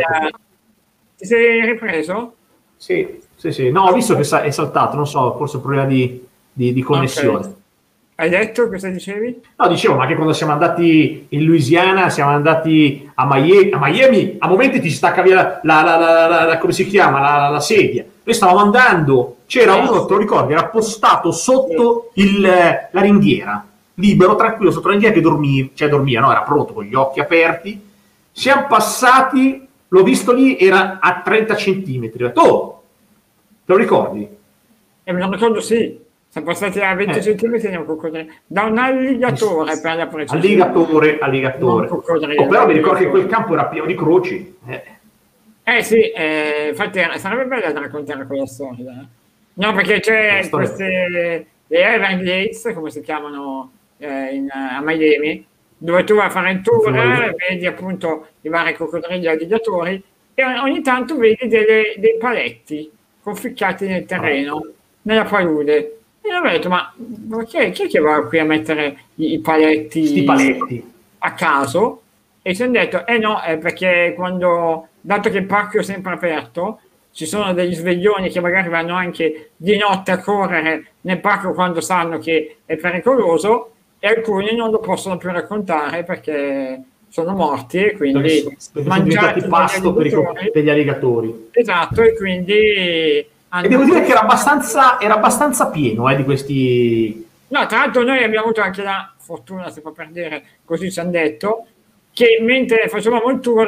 sei ripreso? Sì. No, ho visto che è saltato, non so, forse un problema di connessione. Okay. Hai detto cosa dicevi? No, dicevo, ma che quando siamo andati in Louisiana, siamo andati a Miami, a momenti ti stacca via la come si chiama, la sedia. Noi stavamo andando, c'era uno, te lo ricordi, era postato sotto la ringhiera, libero, tranquillo, sotto la ringhiera che dormia, no, era pronto con gli occhi aperti. Siamo passati, l'ho visto lì, era a 30 centimetri. Ho detto, te lo ricordi? Me lo ricordo, sì. Siamo passati a 20 centimetri da un alligatore per la precisione. Alligatore. Però mi ricordo che quel campo era pieno di croci. Sì, infatti sarebbe bello da raccontare quella storia. No, perché c'è le Everglades, come si chiamano a Miami, dove tu vai a fare il tour, vedi appunto i vari coccodrilli e alligatori, e ogni tanto vedi dei paletti conficcati nel terreno, nella palude. E ho detto, ma chi è che va qui a mettere i paletti a caso? E ci hanno detto, no, è perché dato che il parco è sempre aperto, ci sono degli sveglioni che magari vanno anche di notte a correre nel parco quando sanno che è pericoloso, e alcuni non lo possono più raccontare perché sono morti e quindi mangiati pasto per gli alligatori. Esatto, e quindi... E devo dire che era abbastanza pieno di questi... No, tra l'altro noi abbiamo avuto anche la fortuna, si può per dire, così ci hanno detto, che mentre facevamo il tour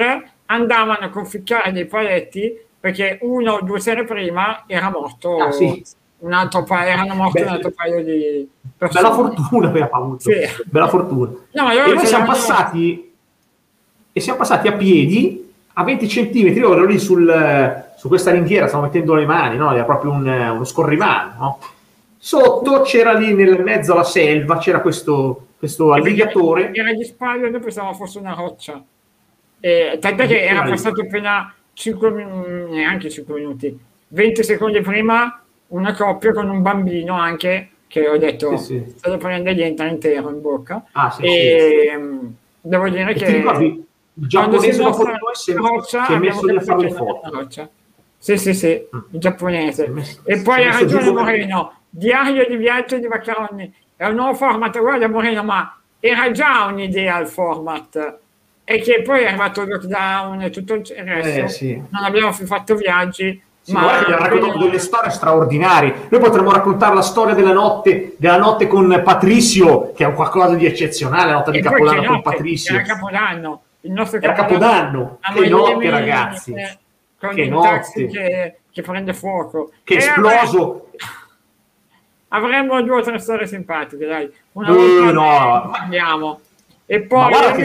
andavano a conficcare dei paletti perché 1 o 2 sere prima era morto un altro paio, erano morti un altro paio di persone. Bella fortuna aveva avuto. Sì. Bella fortuna. No, e noi siamo passati a piedi a 20 centimetri. Io ero lì su questa ringhiera, stavo mettendo le mani, no? Era proprio uno scorrimano, no? Sotto c'era lì nel mezzo alla selva, c'era questo alligatore. Era di spalle, noi pensavamo fosse una roccia. Tant'è che era passato appena 5 minuti, neanche 5 minuti, 20 secondi prima, una coppia con un bambino anche, che ho detto, stato prendere gli entra intero in bocca. Devo dire che il giapponese dopo di noi si è messo lì a fare le foto. Sì, il giapponese. E poi ha ragione Moreno, diario di viaggio di Vaccaroni, è un nuovo format, guarda Moreno, ma era già un'idea il format, e che poi è arrivato il lockdown e tutto il resto, non abbiamo più fatto viaggi. Ma abbiamo raccontato delle storie straordinarie. Noi potremmo raccontare la storia della notte con Patrizio, che è un qualcosa di eccezionale, la notte di Capodanno con Patrizio. Era Capodanno, il nostro Capodanno. Che notte, ragazzi! Con il taxi che prende fuoco. Che è esploso. Avremmo 2 o 3 storie simpatiche, dai. Una volta parliamo. E poi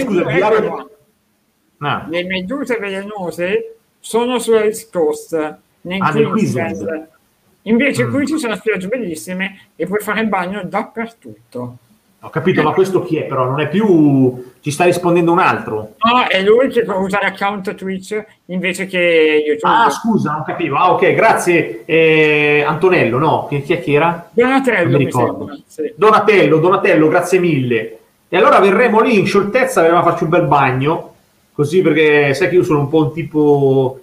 le meduse velenose sono sulla East Coast, nel Queensland. Invece qui ci sono spiagge bellissime e puoi fare il bagno dappertutto. Ho capito, ma questo chi è però? Non è più... Ci sta rispondendo un altro? No, è lui che usa l'account Twitch invece che YouTube. Ah, scusa, non capivo. Ah, ok, grazie. Antonello, no? Chi era? Donatello, mi sembra. Sì. Donatello, grazie mille. E allora verremo lì in scioltezza, verremo a farci un bel bagno, così, perché sai che io sono un po' un tipo...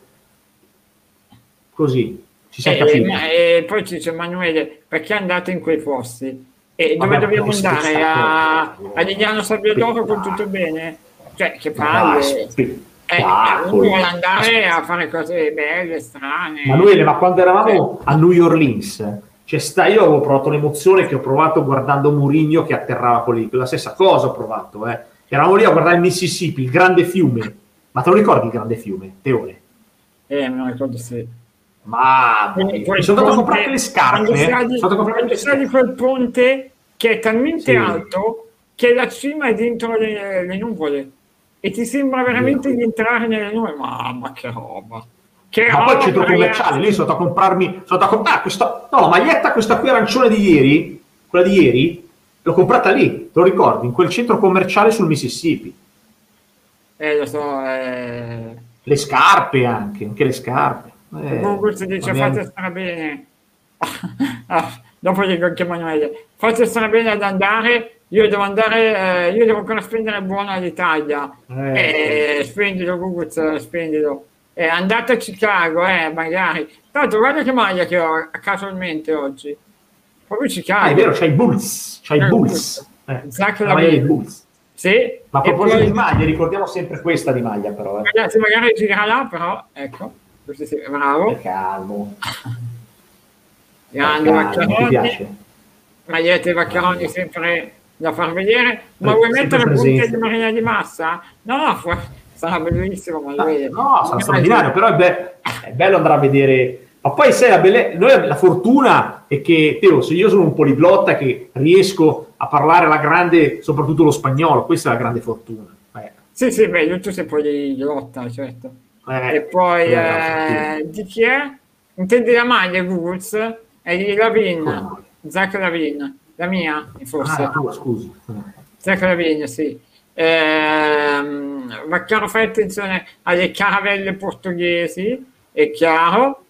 Così, ci siamo capiti. E poi ci dice Emanuele, perché andate in quei posti? E dove dobbiamo andare? A Liliano Sabbiadoro con tutto bene? Cioè, che palle! Uno vuole andare a fare cose belle, strane. Emanuele, ma quando eravamo a New Orleans, io avevo provato l'emozione che ho provato guardando Mourinho che atterrava con lì, la stessa cosa ho provato. Eravamo lì a guardare il Mississippi, il grande fiume. Ma te lo ricordi il grande fiume, Teone? Me lo ricordo, sì. Ma mi sono andato a comprare le scarpe. Quando sai di quel ponte che è talmente alto che la cima è dentro le nuvole e ti sembra veramente di entrare nelle nuvole. Mamma che roba! Ma poi il centro commerciale, lì sono andato a comprarmi la maglietta, questa qui arancione di ieri, quella di ieri, l'ho comprata lì, te lo ricordi? In quel centro commerciale sul Mississippi. Lo so. Le scarpe anche le scarpe. Google si dice fate stare bene. Dopo dico anche Emanuele, fate stare bene ad andare. Io devo ancora spendere buono all'Italia. Spendilo Google, spendilo. Andate a Chicago, magari. Tanto guarda che maglia che ho casualmente oggi. Proprio Chicago. È vero, c'hai i Bulls. Zach Lavin. Sì. Ma a proposito di maglie, ricordiamo sempre questa di maglia però. Ragazzi, magari girerà là, però, ecco. Bravo. Calmo. Grande Vaccaroni. Magliette Vaccaroni sempre da far vedere. Ma vuoi mettere punte di Marina di Massa? No, sarà bellissimo. Sarà straordinario, però è bello andare a vedere. Ma poi sai, la fortuna è che io sono un poliglotta che riesco a parlare alla grande, soprattutto lo spagnolo. Questa è la grande fortuna. Sì, tu sei poliglotta, certo. E poi di chi è? Intendi la maglia Googles? È di Lavin, Zach Lavin, la mia forse. Scusi. Zach Lavin, sì. Vaccaro, fai attenzione alle caravelle portoghesi, è chiaro.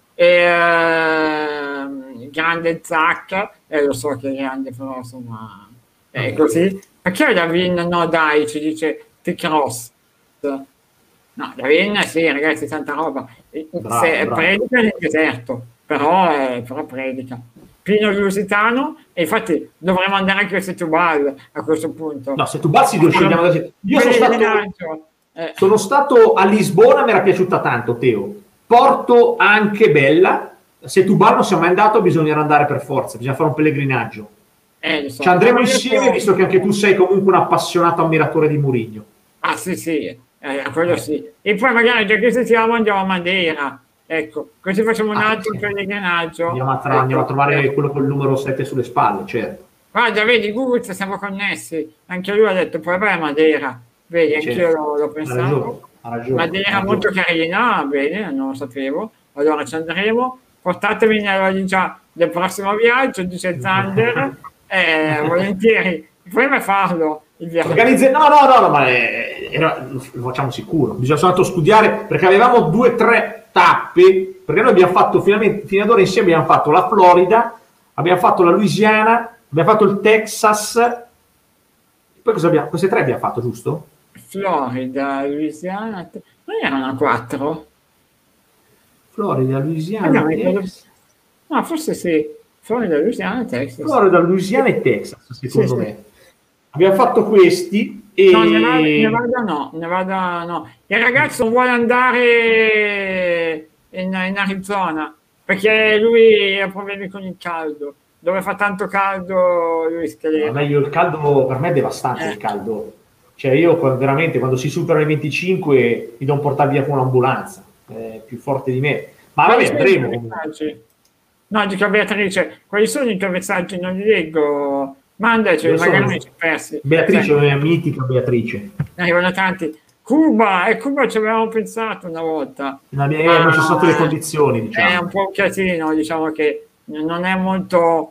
Grande Zach, lo so che è grande, però insomma è così. Perché Lavin no dai, ci dice T-Cross. No, Lavin sì, ragazzi, tanta roba. Predica nel deserto, però predica. Pino Lusitano, e infatti dovremmo andare anche a Setúbal a questo punto. No, Setúbal si scegliamo da Io sono stato a Lisbona, mi era piaciuta tanto, Teo. Porto anche bella. Setúbal non siamo mai andato, bisognerà andare per forza, bisogna fare un pellegrinaggio. So. Ci andremo insieme, visto che anche tu sei comunque un appassionato ammiratore di Mourinho. Ah sì, quello sì. E poi magari già che siamo andiamo a Madeira, ecco, così facciamo un altro sì. pellegrinaggio. Andiamo a trovare quello col numero 7 sulle spalle, certo. Guarda, vedi, Google siamo connessi, anche lui ha detto poi vai a Madeira, vedi, anch'io Certo. l'ho Ha ragione, pensato. ha ragione. Madeira molto carina, bene, non lo sapevo, allora ci andremo, portatemi nella valigia del prossimo viaggio, dice Zander, volentieri, il problema è farlo, il viaggio. No, ma lo facciamo sicuro, bisogna soltanto studiare, perché avevamo 2 o 3 tappe, perché noi abbiamo fatto finalmente, fino ad ora insieme abbiamo fatto la Florida, abbiamo fatto la Louisiana, abbiamo fatto il Texas, poi cosa abbiamo? Queste 3 abbiamo fatto, giusto? Florida, Louisiana, non erano 4? Florida, Louisiana, No, Texas. no, forse sì, Florida, Louisiana, Texas. Florida, Louisiana e Texas, secondo Sì, me. Abbiamo fatto questi e... No, Nevada no. Il ragazzo vuole andare in Arizona perché lui ha problemi con il caldo. Dove fa tanto caldo lui scalera. meglio il caldo, per me è devastante il caldo. Cioè io veramente quando si supera i 25 mi devo portare via con un'ambulanza, è più forte di me. Ma vabbè, andremo. No, dico Beatrice, quali sono i tuoi messaggi? Non li leggo. Mandaci, magari mi ci persi. Beatrice, è mitica Beatrice. Ne arrivano tanti. Cuba ci avevamo pensato una volta. Non ci sono state le condizioni, diciamo. È un po' un casino, diciamo che non è molto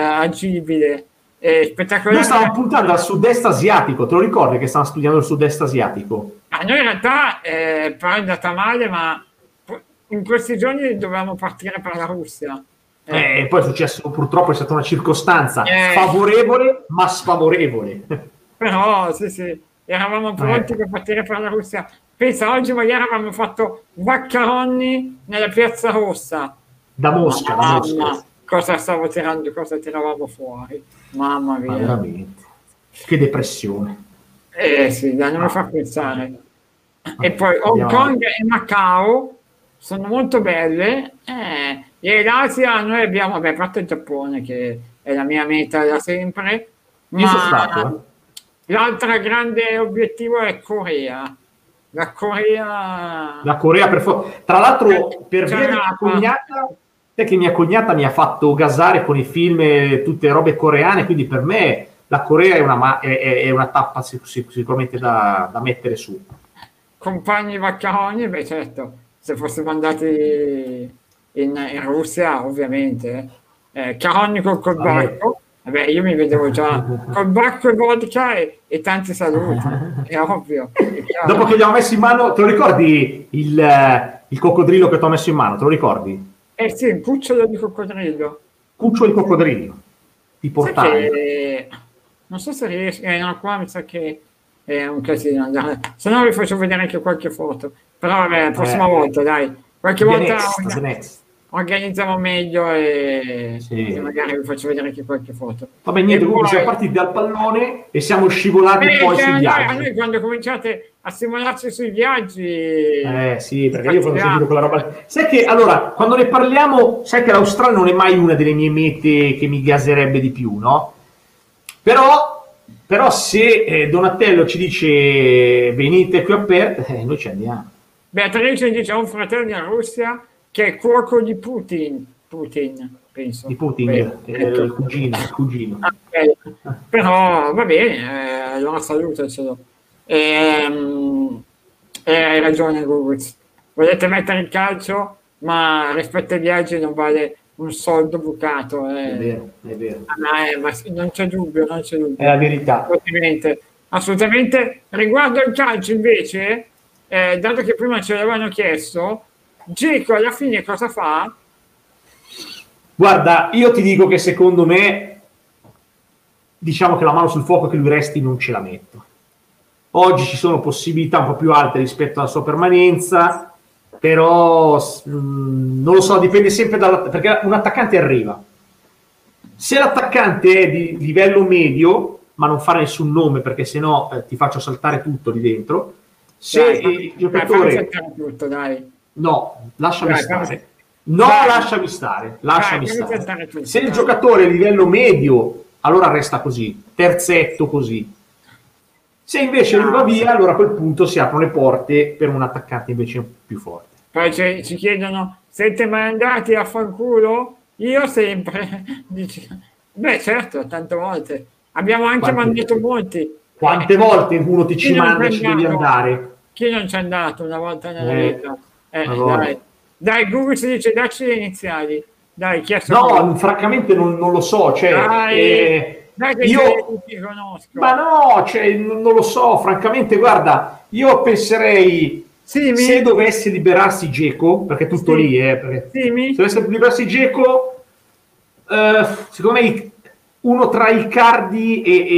agibile. Spettacolare. Noi stavamo puntando al sud-est asiatico, te lo ricordi che stavamo studiando il sud-est asiatico? Noi in realtà però è andata male, ma in questi giorni dovevamo partire per la Russia. E poi è successo, purtroppo è stata una circostanza favorevole ma sfavorevole. Però sì, eravamo pronti per partire per la Russia. Pensa, oggi magari avevamo fatto Vaccaroni nella Piazza Rossa. Da Mosca, da Mosca. Cosa tiravamo fuori? Mamma mia. Ma veramente. Che depressione. Sì, non mi fa pensare. E poi Hong Kong e Macao sono molto belle. E l'Asia noi abbiamo, a parte il Giappone che è la mia meta da sempre, Io sono stato, l'altro grande obiettivo è Corea. La Corea tra l'altro per via di mia cognata, che mia cognata mi ha fatto gasare con i film e tutte robe coreane, quindi per me la Corea è una tappa sicuramente da mettere su. Compagni Vaccaroni, beh certo, se fossimo andati in Russia ovviamente, Caronni col barco, vabbè, io mi vedevo già col barco e vodka e tanti saluti, è ovvio. Dopo che gli ho messo in mano, te lo ricordi il coccodrillo che ti ho messo in mano, te lo ricordi? Sì, il cucciolo di coccodrillo. Cucciolo di coccodrillo, ti portai. Non so se riesco, no, qua mi sa che è un casino andare, se no vi faccio vedere anche qualche foto, però vabbè, la prossima volta dai, qualche volta organizziamo meglio e magari vi faccio vedere anche qualche foto. Vabbè, niente, comunque siamo partiti dal pallone e siamo scivolati poi sui viaggi. Noi quando cominciate a simularci sui viaggi... sì, perché io quando ho sentito quella roba... Sai che, allora, quando ne parliamo, sai che l'Australia non è mai una delle mie mete che mi gaserebbe di più, no? Però se Donatello ci dice venite qui a Perth, noi ci andiamo. Beatrice dice ho un fratello in Russia che è cuoco di Putin, penso. Di Putin, il cugino. Okay. Però va bene, allora salutacelo. Hai ragione, Guruz. Volete mettere il calcio, ma rispetto ai viaggi non vale un soldo bucato. È vero. Ma non c'è dubbio. È la verità. Assolutamente. Riguardo il calcio, invece, dato che prima ce l'avevano chiesto, Dzeko alla fine cosa fa? Guarda, io ti dico che secondo me, diciamo che la mano sul fuoco che lui resti non ce la metto. Oggi ci sono possibilità un po' più alte rispetto alla sua permanenza, però non lo so, dipende sempre perché un attaccante arriva. Se l'attaccante è di livello medio, ma non fare nessun nome perché sennò ti faccio saltare tutto lì dentro. Se il giocatore... tutto, dai. No, lasciami stare. Lasciami stare. Se il giocatore è a livello medio, allora resta così, terzetto così. Se invece lui va via, allora a quel punto si aprono le porte per un attaccante invece più forte. Poi ci chiedono, siete mai andati a fanculo? Io sempre. Dici, beh, certo, tante volte. Abbiamo anche mandato molti. Quante volte uno ti ci Chi non manda e c'è ci devi andato? andare? Chi non c'è andato una volta nella vita? allora. Dai, Google si dice, dacci le iniziali. Dai, chi è No, francamente non lo so. Cioè, dai che io ti conosco. Ma no, cioè, non lo so, francamente, guarda, io penserei, se dovesse liberarsi Dzeko, perché è tutto lì, perché se dovesse liberarsi Dzeko, secondo me uno tra Icardi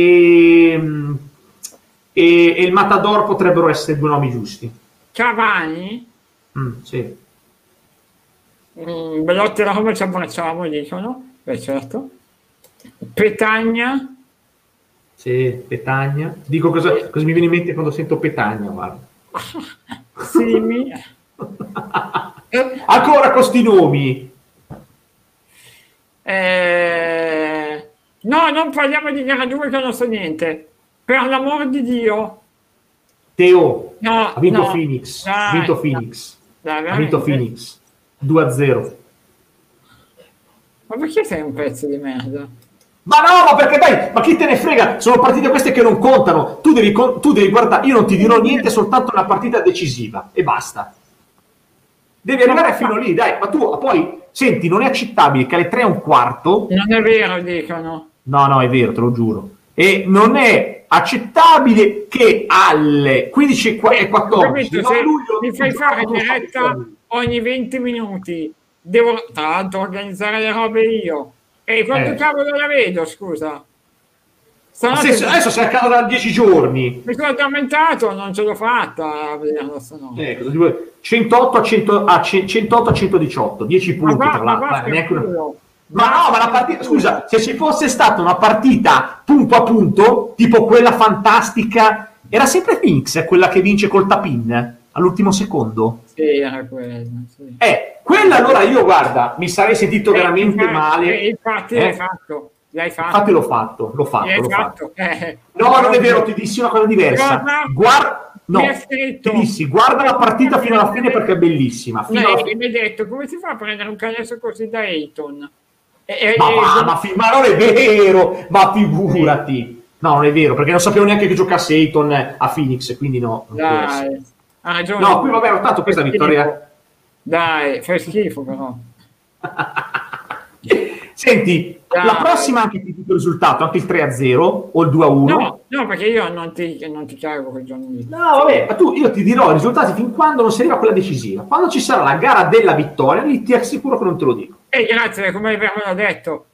e il Matador potrebbero essere due nomi giusti. Cavani? Sì. Belotti e Roma ci abbracciamo, dicono. Beh, certo. Petagna? Sì, Petagna. Dico cosa mi viene in mente quando sento Petagna, guarda. Simi. Ancora questi nomi. No, non parliamo di gara 2 che non so niente. Per l'amor di Dio. Teo no, ha vinto no, Phoenix. dai, Ha vinto Phoenix. Dai, ha vinto Phoenix 2-0. Ma perché sei un pezzo di merda? Ma no, ma perché dai, ma chi te ne frega? Sono partite queste che non contano. Tu devi guardare, io non ti dirò niente, soltanto una partita decisiva e basta. Devi arrivare fino lì, dai, ma tu poi senti, non è accettabile che alle 3:15. Non è vero, dicono. No, è vero, te lo giuro. E non è accettabile che alle 15:14 mi fai fare diretta ogni 20 minuti. Devo tra l'altro organizzare le robe io. E quanto cavolo la vedo, scusa? Adesso sei a casa da 10 giorni. Mi sono addormentato, non ce l'ho fatta a vederlo, se no. 108 a 118, 10 punti tra l'altro. Ma no, ma la partita, scusa, se ci fosse stata una partita punto a punto, tipo quella fantastica, era sempre Phoenix, quella che vince col tap-in all'ultimo secondo. Sì, era quella. Sì. Quella allora io, guarda, mi sarei sentito veramente male. Infatti l'hai fatto. Infatti l'ho fatto. No, non è vero, ti dissi una cosa diversa. Ti dissi, guarda la partita fino alla fine perché è bellissima. Mi hai detto, come si fa a prendere un canestro così da Ayton? Ma non è vero, ma figurati. No, non è vero, perché non sapevo neanche che giocasse Ayton a Phoenix, quindi no. Dai, ha ragione. No, qui vabbè, tanto questa vittoria. Dai, fai schifo però. Senti, la prossima anche ti dico il risultato, anche il 3-0 o il 2-1. No, perché io non ti cago quel giorno lì. No, vabbè, ma io ti dirò i risultati fin quando non si arriva a quella decisiva. Quando ci sarà la gara della vittoria, lì ti assicuro che non te lo dico. Grazie, come avevano detto.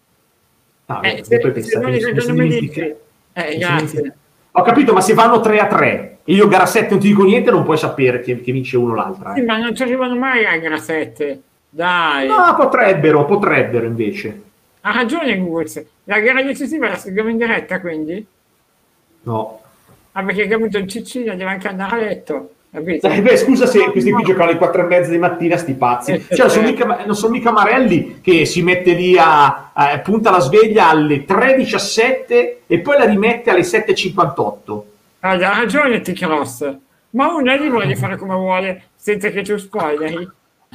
Grazie. Ho capito, ma se vanno 3-3 e io gara 7 non ti dico niente, non puoi sapere che vince uno o l'altra. Sì, ma non ci arrivano mai a gara 7. Dai. No, potrebbero invece. Ha ragione Guz. La gara decisiva la seguiamo in diretta, quindi? No. Perché capito, il Ciccino deve anche andare a letto. Scusa se questi qui giocano alle 4:30 di mattina, sti pazzi. Non sono mica Marelli che si mette lì punta la sveglia alle 3:17 e poi la rimette alle 7:58. Ha ragione T-Cross. Ma uno è libero di fare come vuole senza che tu spoileri.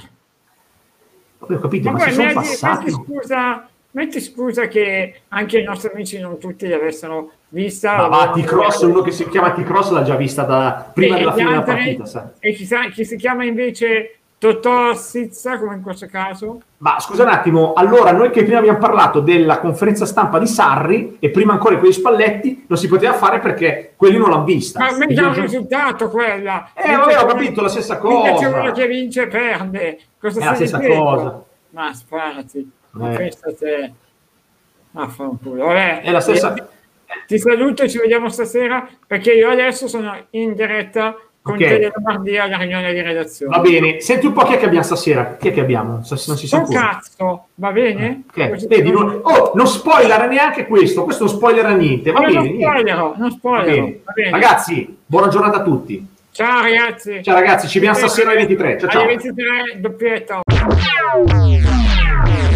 Ho capito, ma si sono passati. Metti scusa che anche i nostri amici non tutti l'avessero vista. Ma T-Cross, uno che si chiama T-Cross l'ha già vista da prima della fine della partita, sai? E chi si chiama invece Totò Sizza, come in questo caso? Ma scusa un attimo, allora noi che prima abbiamo parlato della conferenza stampa di Sarri e prima ancora quegli Spalletti non si poteva fare perché quelli non l'hanno vista. Ma mica un risultato quella. Vabbè, ho capito, la stessa cosa. C'è uno che vince e perde. Cosa è la stessa cosa. Ma sparati. Ma pensa a te. Affanculo. Vabbè, è la stessa. Ti saluto e ci vediamo stasera perché io adesso sono in diretta con Tele Lombardia alla riunione di redazione. Va bene, senti un po' chi è che abbiamo stasera. Chi è che abbiamo? Non si sa. Cazzo, va bene? Vedi, non spoiler neanche questo non spoilerà niente. Va bene, non spoilero. Va bene. Ragazzi, buona giornata a tutti. Ciao ragazzi. Ciao ragazzi, ci vediamo stasera alle 23. Ciao. Alle 23 doppietta.